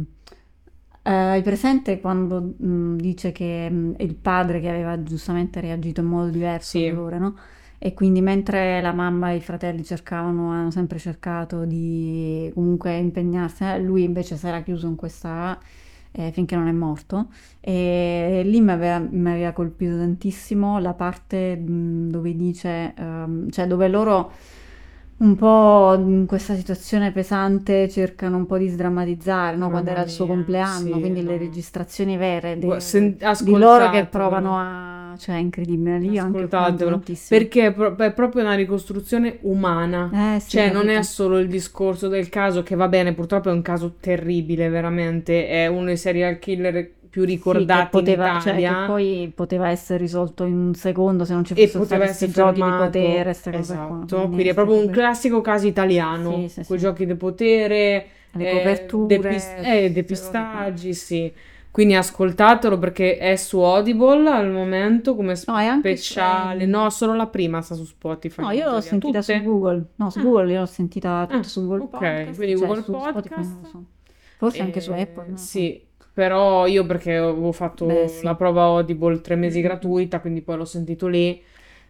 B: hai presente quando dice che il padre che aveva giustamente reagito in modo diverso al
A: sì,
B: dolore, no? E quindi mentre la mamma e i fratelli hanno sempre cercato di comunque impegnarsi, lui invece si era chiuso in questa finché non è morto. E lì mi aveva colpito tantissimo la parte dove dice, cioè dove loro un po' in questa situazione pesante cercano un po' di sdrammatizzare, no? Quando
A: mamma
B: era il suo
A: mia,
B: compleanno,
A: sì,
B: quindi le
A: no.
B: registrazioni vere di loro che
A: Ascoltatevelo.
B: provano a... cioè è incredibile, lì io anche ho pianto
A: Ascoltatelo,
B: tantissimo.
A: perché è proprio una ricostruzione umana,
B: Sì,
A: cioè non è
B: capito.
A: solo il discorso del caso che va bene, purtroppo è un caso terribile, veramente, è uno dei serial killer più
B: Sì, che
A: ricordati in
B: poteva, cioè che
A: Italia
B: poi poteva essere risolto in un secondo se non ci
A: e
B: fossero stati
A: poteva essere
B: questi giochi di potere,
A: fermato,
B: queste cose qua.
A: esatto, quindi è
B: Queste
A: proprio un classico caso italiano,
B: sì,
A: quei
B: sì.
A: giochi di potere,
B: Le coperture, queste cose qua.
A: depistaggi, sì. Quindi ascoltatelo perché è su Audible al momento come
B: No, è anche
A: speciale. No, solo la prima sta su Spotify
B: no,
A: in
B: io l'ho
A: teoria.
B: sentita su
A: Tutte?
B: Google. No, su
A: Ah,
B: Google io l'ho sentita
A: ah,
B: tutta su Google
A: ok,
B: Podcast,
A: quindi
B: cioè
A: Google
B: su Spotify non lo
A: Podcast.
B: so. Forse anche su Apple, non lo so.
A: Sì, però io perché avevo
B: Beh,
A: fatto la
B: sì.
A: prova Audible 3 mesi
B: Mm.
A: gratuita, quindi poi l'ho sentito lì.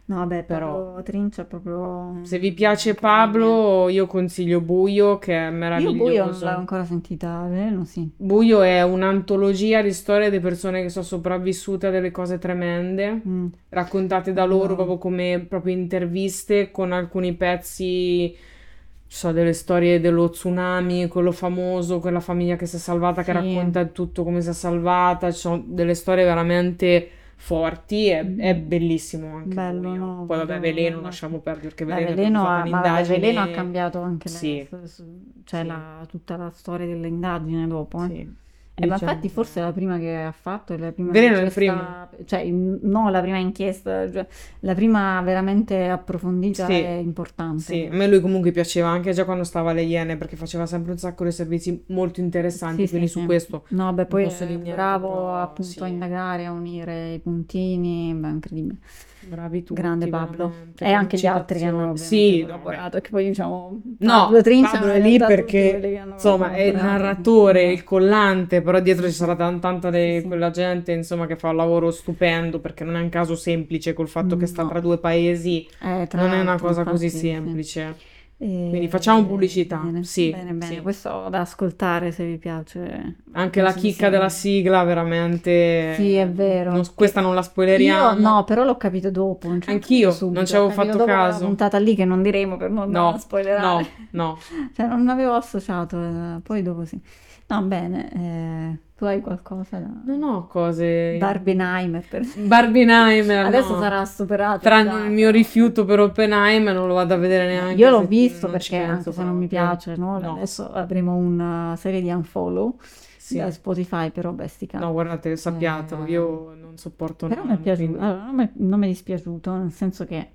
B: No, vabbè,
A: Però
B: Pablo Trincia è proprio
A: se vi piace
B: incredibile.
A: Pablo, io consiglio Buio, che è
B: Io Buio non l'avevo
A: meraviglioso.
B: ancora sentita, Veleno sì.
A: Buio è un'antologia di storie di persone che sono sopravvissute a delle cose tremende,
B: Mm.
A: raccontate da loro
B: Quello...
A: proprio come proprio interviste con alcuni pezzi, so, delle storie dello tsunami, quello famoso, quella famiglia che si è salvata, che
B: Sì.
A: racconta tutto come si è salvata, ci sono delle storie veramente forti, è
B: Mm.
A: bellissimo anche
B: Bello,
A: Buio.
B: no?
A: Poi vabbè, Veleno
B: Vado...
A: lasciamo perdere, perché
B: Beh,
A: Veleno è proprio stata
B: Ma vabbè, Veleno ha
A: un'indagine,
B: cambiato anche
A: sì,
B: cioè
A: sì,
B: tutta la storia dell'indagine dopo, eh.
A: sì,
B: Ma
A: diciamo
B: infatti forse è la
A: che...
B: prima che ha fatto, è la prima
A: Veleno è il primo.
B: inchiesta, cioè no, la prima inchiesta, cioè, la prima veramente approfondita e
A: Sì,
B: importante.
A: sì, a me lui comunque piaceva anche già quando stava alle Iene perché faceva sempre un sacco di servizi molto
B: Sì,
A: interessanti,
B: sì,
A: quindi su
B: sì.
A: questo
B: No, beh,
A: non
B: poi
A: posso
B: è
A: dire niente,
B: bravo
A: però
B: appunto a
A: sì,
B: indagare, a unire i puntini, beh, incredibile.
A: bravi
B: Grande
A: tutti,
B: Pablo.
A: veramente,
B: E
A: con
B: anche gli altri che hanno
A: citazioni.
B: ovviamente
A: Sì, vabbè.
B: collaborato, che poi diciamo Pablo
A: No,
B: Trincia,
A: Pablo
B: ma
A: è
B: in
A: lì
B: realtà tutti quelli
A: perché,
B: che hanno
A: insomma, è il
B: collaborato.
A: narratore, il
B: Esatto.
A: collante, però dietro
B: Sì,
A: ci
B: sì.
A: sarà tanta
B: Sì, sì.
A: quella gente, insomma, che fa un lavoro stupendo, perché non è un caso semplice col fatto che sta
B: No.
A: tra due paesi,
B: Tra
A: non è una
B: l'altro,
A: cosa così
B: infatti, sì.
A: semplice. Quindi facciamo pubblicità,
B: Bene,
A: sì,
B: bene, bene.
A: sì.
B: Questo da ascoltare se vi piace.
A: Anche la
B: Penso che
A: chicca
B: sia.
A: della sigla, veramente,
B: Sì, è vero.
A: questa non la
B: Io no,
A: spoileriamo.
B: però l'ho capito dopo, non ci ho capito
A: Anch'io non
B: subito,
A: ci
B: l'ho
A: avevo
B: capito
A: fatto
B: dopo quella
A: caso.
B: puntata lì che non diremo per non
A: No,
B: spoilerare.
A: no, no.
B: Cioè, non avevo associato, poi dopo sì. No, bene, tu hai qualcosa da...
A: Non ho cose...
B: Barbenheimer, per esempio.
A: Barbenheimer,
B: Adesso
A: no.
B: sarà superato
A: Tranne il
B: già,
A: mio
B: però...
A: rifiuto per Oppenheimer, non lo vado a vedere
B: No, io
A: neanche
B: l'ho
A: se
B: visto
A: non ci
B: perché
A: penso
B: anche se non mi
A: proprio.
B: piace, no?
A: No,
B: Adesso avremo una serie di unfollow da
A: sì.
B: Spotify, però beh, sti
A: No,
B: cazzi.
A: guardate, sappiatelo, io non sopporto
B: Però mi è
A: Nolan,
B: piaciuto,
A: quindi...
B: allora, non mi è dispiaciuto, nel senso che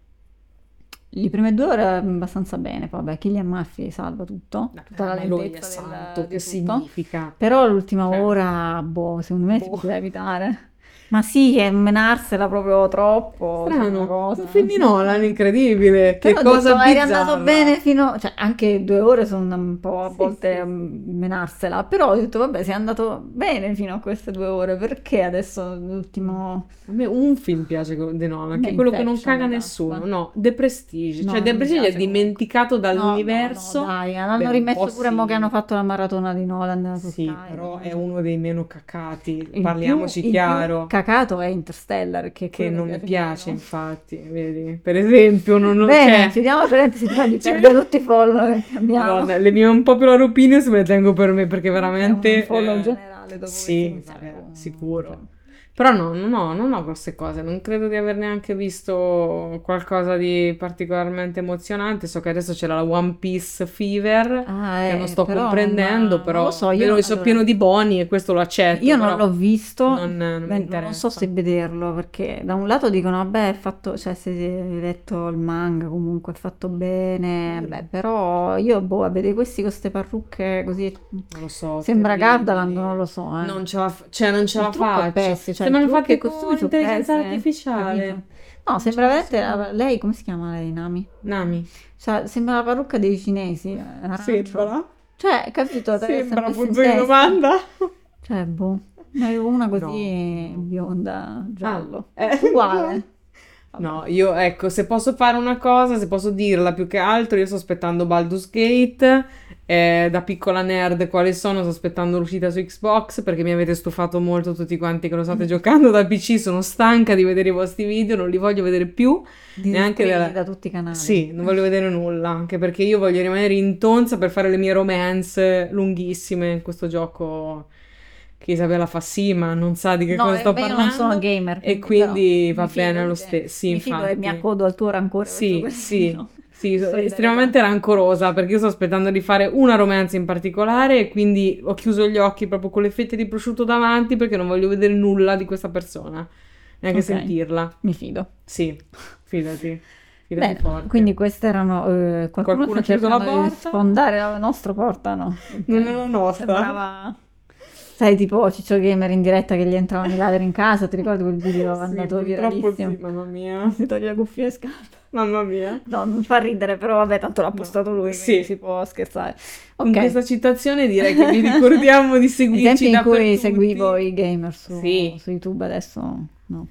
B: le prime 2 ore abbastanza bene, poi vabbè, Cillian Murphy salva tutto, tutta la
A: Ma lui è
B: lentezza
A: santo, che
B: di tutto,
A: significa?
B: però l'ultima
A: Cioè,
B: ora, boh, secondo me si
A: boh.
B: poteva evitare. Ma sì, che menarsela proprio troppo, cioè una
A: Strano, un
B: cosa,
A: film di Nolan, incredibile, che
B: però ho detto,
A: cosa
B: ma eri andato
A: bizzarra.
B: bene fino... Cioè, anche 2 ore sono un po' a
A: Sì,
B: volte
A: sì, sì.
B: menarsela, però ho detto, vabbè, sei andato bene fino a queste 2 ore, perché adesso
A: Mm.
B: l'ultimo...
A: A me un film piace di
B: A
A: Nolan, che
B: me
A: è quello che non
B: Inception
A: caga
B: mi
A: nessuno,
B: basta.
A: no, The Prestige, cioè
B: No,
A: The
B: non mi
A: Prestige è
B: piace comunque.
A: dimenticato
B: No, no, no,
A: dall'universo,
B: dai,
A: beh,
B: l'hanno
A: un po'
B: rimesso pure mo che hanno
A: sì,
B: fatto la maratona di Nolan su
A: sì,
B: Sky.
A: però è uno dei meno cacati,
B: Il più,
A: parliamoci
B: il più
A: chiaro,
B: cacato è Interstellar, che è
A: che
B: quello che
A: non mi
B: piace
A: piace,
B: meno.
A: infatti, vedi, per esempio,
B: Bene,
A: cioè,
B: chiudiamo la parentesi prima di
A: cioè,
B: perdere tutti i follower che abbiamo.
A: Madonna, le mie unpopular opinions me le tengo per me, perché
B: È un
A: veramente,
B: follow generale dopo questa
A: sì,
B: iniziale
A: vabbè,
B: con... cioè,
A: sicuro. Però no, non ho queste cose, non credo di aver neanche visto qualcosa di particolarmente emozionante. So che adesso c'è la One Piece Fever, che non sto
B: però
A: comprendendo,
B: non lo
A: però
B: so,
A: vedo che sono
B: allora,
A: pieno di boni e questo lo accetto,
B: io non
A: però
B: l'ho visto,
A: non mi
B: beh, non so se
A: interessa.
B: vederlo, perché da un lato dicono, vabbè, è fatto, cioè se hai letto il manga comunque è fatto bene, beh, però io, boh, a vedere questi con queste parrucche così,
A: Non lo so,
B: sembra Gardaland, non
A: terribili.
B: lo so, eh.
A: Cioè, non ce
B: Il
A: la
B: trucco è
A: faccio.
B: pessimo, cioè il
A: Sembrano
B: trucco e i
A: fatti con
B: costumi sono
A: intelligenza
B: pessimi, capito?
A: artificiale.
B: No,
A: Non ce
B: sembra
A: la
B: veramente,
A: posso.
B: lei, come si chiama lei, Nami?
A: Nami.
B: Cioè, sembra la parrucca dei cinesi, arancio.
A: Sembra.
B: Cioè, capito, deve essere
A: Sembra,
B: messo in
A: punto di
B: testa.
A: domanda.
B: Cioè, boh, ne avevo una
A: No,
B: così
A: no.
B: bionda,
A: Ah,
B: giallo.
A: no.
B: Uguale. Vabbè.
A: No, io ecco, se posso fare una cosa, se posso dirla più che altro, io sto aspettando Baldur's Gate, da piccola nerd quali sono, sto aspettando l'uscita su Xbox perché mi avete stufato molto tutti quanti che lo state giocando da PC, sono stanca di vedere i vostri video, non li voglio vedere più, neanche
B: Disiscriviti da tutti i canali.
A: Sì, non voglio vedere nulla, anche perché io voglio rimanere in tonza per fare le mie romance lunghissime in questo gioco che Isabella fa sì, ma non sa di che
B: No,
A: cosa sto
B: beh, io non sono
A: parlando.
B: gamer,
A: E
B: però
A: quindi va
B: mi fido
A: bene
B: di
A: lo
B: te.
A: stesso. Sì,
B: Mi fido e mi
A: infatti.
B: accodo al tuo rancore verso
A: Sì,
B: questo.
A: sì, sì, sono
B: Solidarietà.
A: estremamente rancorosa perché io sto aspettando di fare una romanza in particolare e quindi ho chiuso gli occhi proprio con le fette di prosciutto davanti perché non voglio vedere nulla di questa persona, neanche
B: Ok,
A: sentirla.
B: mi fido.
A: Sì, fidati, fidati
B: Bene,
A: forte.
B: quindi queste erano... qualcuno
A: Qualcuno
B: sta
A: ha chiuso la
B: cercando di
A: porta?
B: sfondare la nostra porta? No. Ok.
A: Non è la nostra.
B: Sembrava... Sai, tipo Ciccio Gamer in diretta che gli entravano i ladri in casa, ti ricordi quel video
A: Sì,
B: andato
A: purtroppo
B: viralissimo?
A: sì, mamma mia.
B: Si toglie la cuffia e scappa.
A: Mamma mia.
B: No, non fa ridere, però vabbè, tanto l'ha
A: No.
B: postato lui, quindi
A: Sì,
B: si può scherzare.
A: con
B: Ok.
A: questa citazione direi che vi ricordiamo di
B: Ai
A: seguirci
B: tempi in cui
A: dappertutti.
B: seguivo i gamer
A: Sì,
B: su YouTube, adesso no.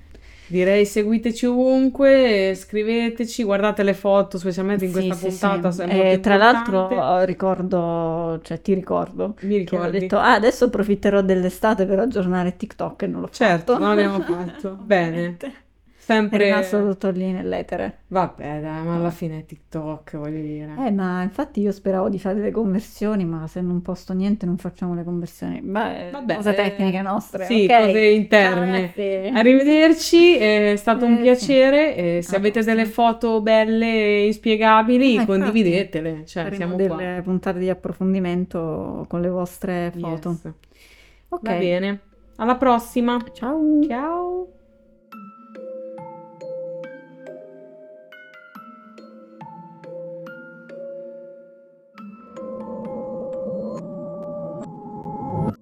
A: Direi seguiteci ovunque, scriveteci, guardate le foto, specialmente in
B: Sì,
A: questa
B: sì, sì.
A: puntata, è molto
B: E tra l'altro
A: importante.
B: ricordo, cioè ti ricordo
A: Mi
B: che ho
A: ricordi?
B: detto, ah, adesso approfitterò dell'estate per aggiornare TikTok e non l'ho
A: Certo,
B: fatto.
A: non l'abbiamo fatto. Bene,
B: Ovviamente. È rimasto
A: sempre...
B: tutto lì nell'etere.
A: Vabbè, dai, ma alla
B: Vabbè.
A: fine è TikTok, voglio dire.
B: Ma infatti io speravo di fare le conversioni, ma se non posto niente non facciamo le conversioni. Beh,
A: Vabbè,
B: cose tecniche nostre,
A: sì, cose
B: ok? Ciao
A: interne.
B: ragazzi.
A: Arrivederci, è stato un
B: Sì,
A: piacere. E se
B: alla
A: avete delle
B: prossima.
A: foto belle e inspiegabili,
B: Infatti,
A: condividetele, cioè
B: faremo
A: siamo qua.
B: delle puntate di approfondimento con le vostre foto.
A: Yes. Va
B: Ok,
A: bene. Alla prossima.
B: ciao.
A: Ciao.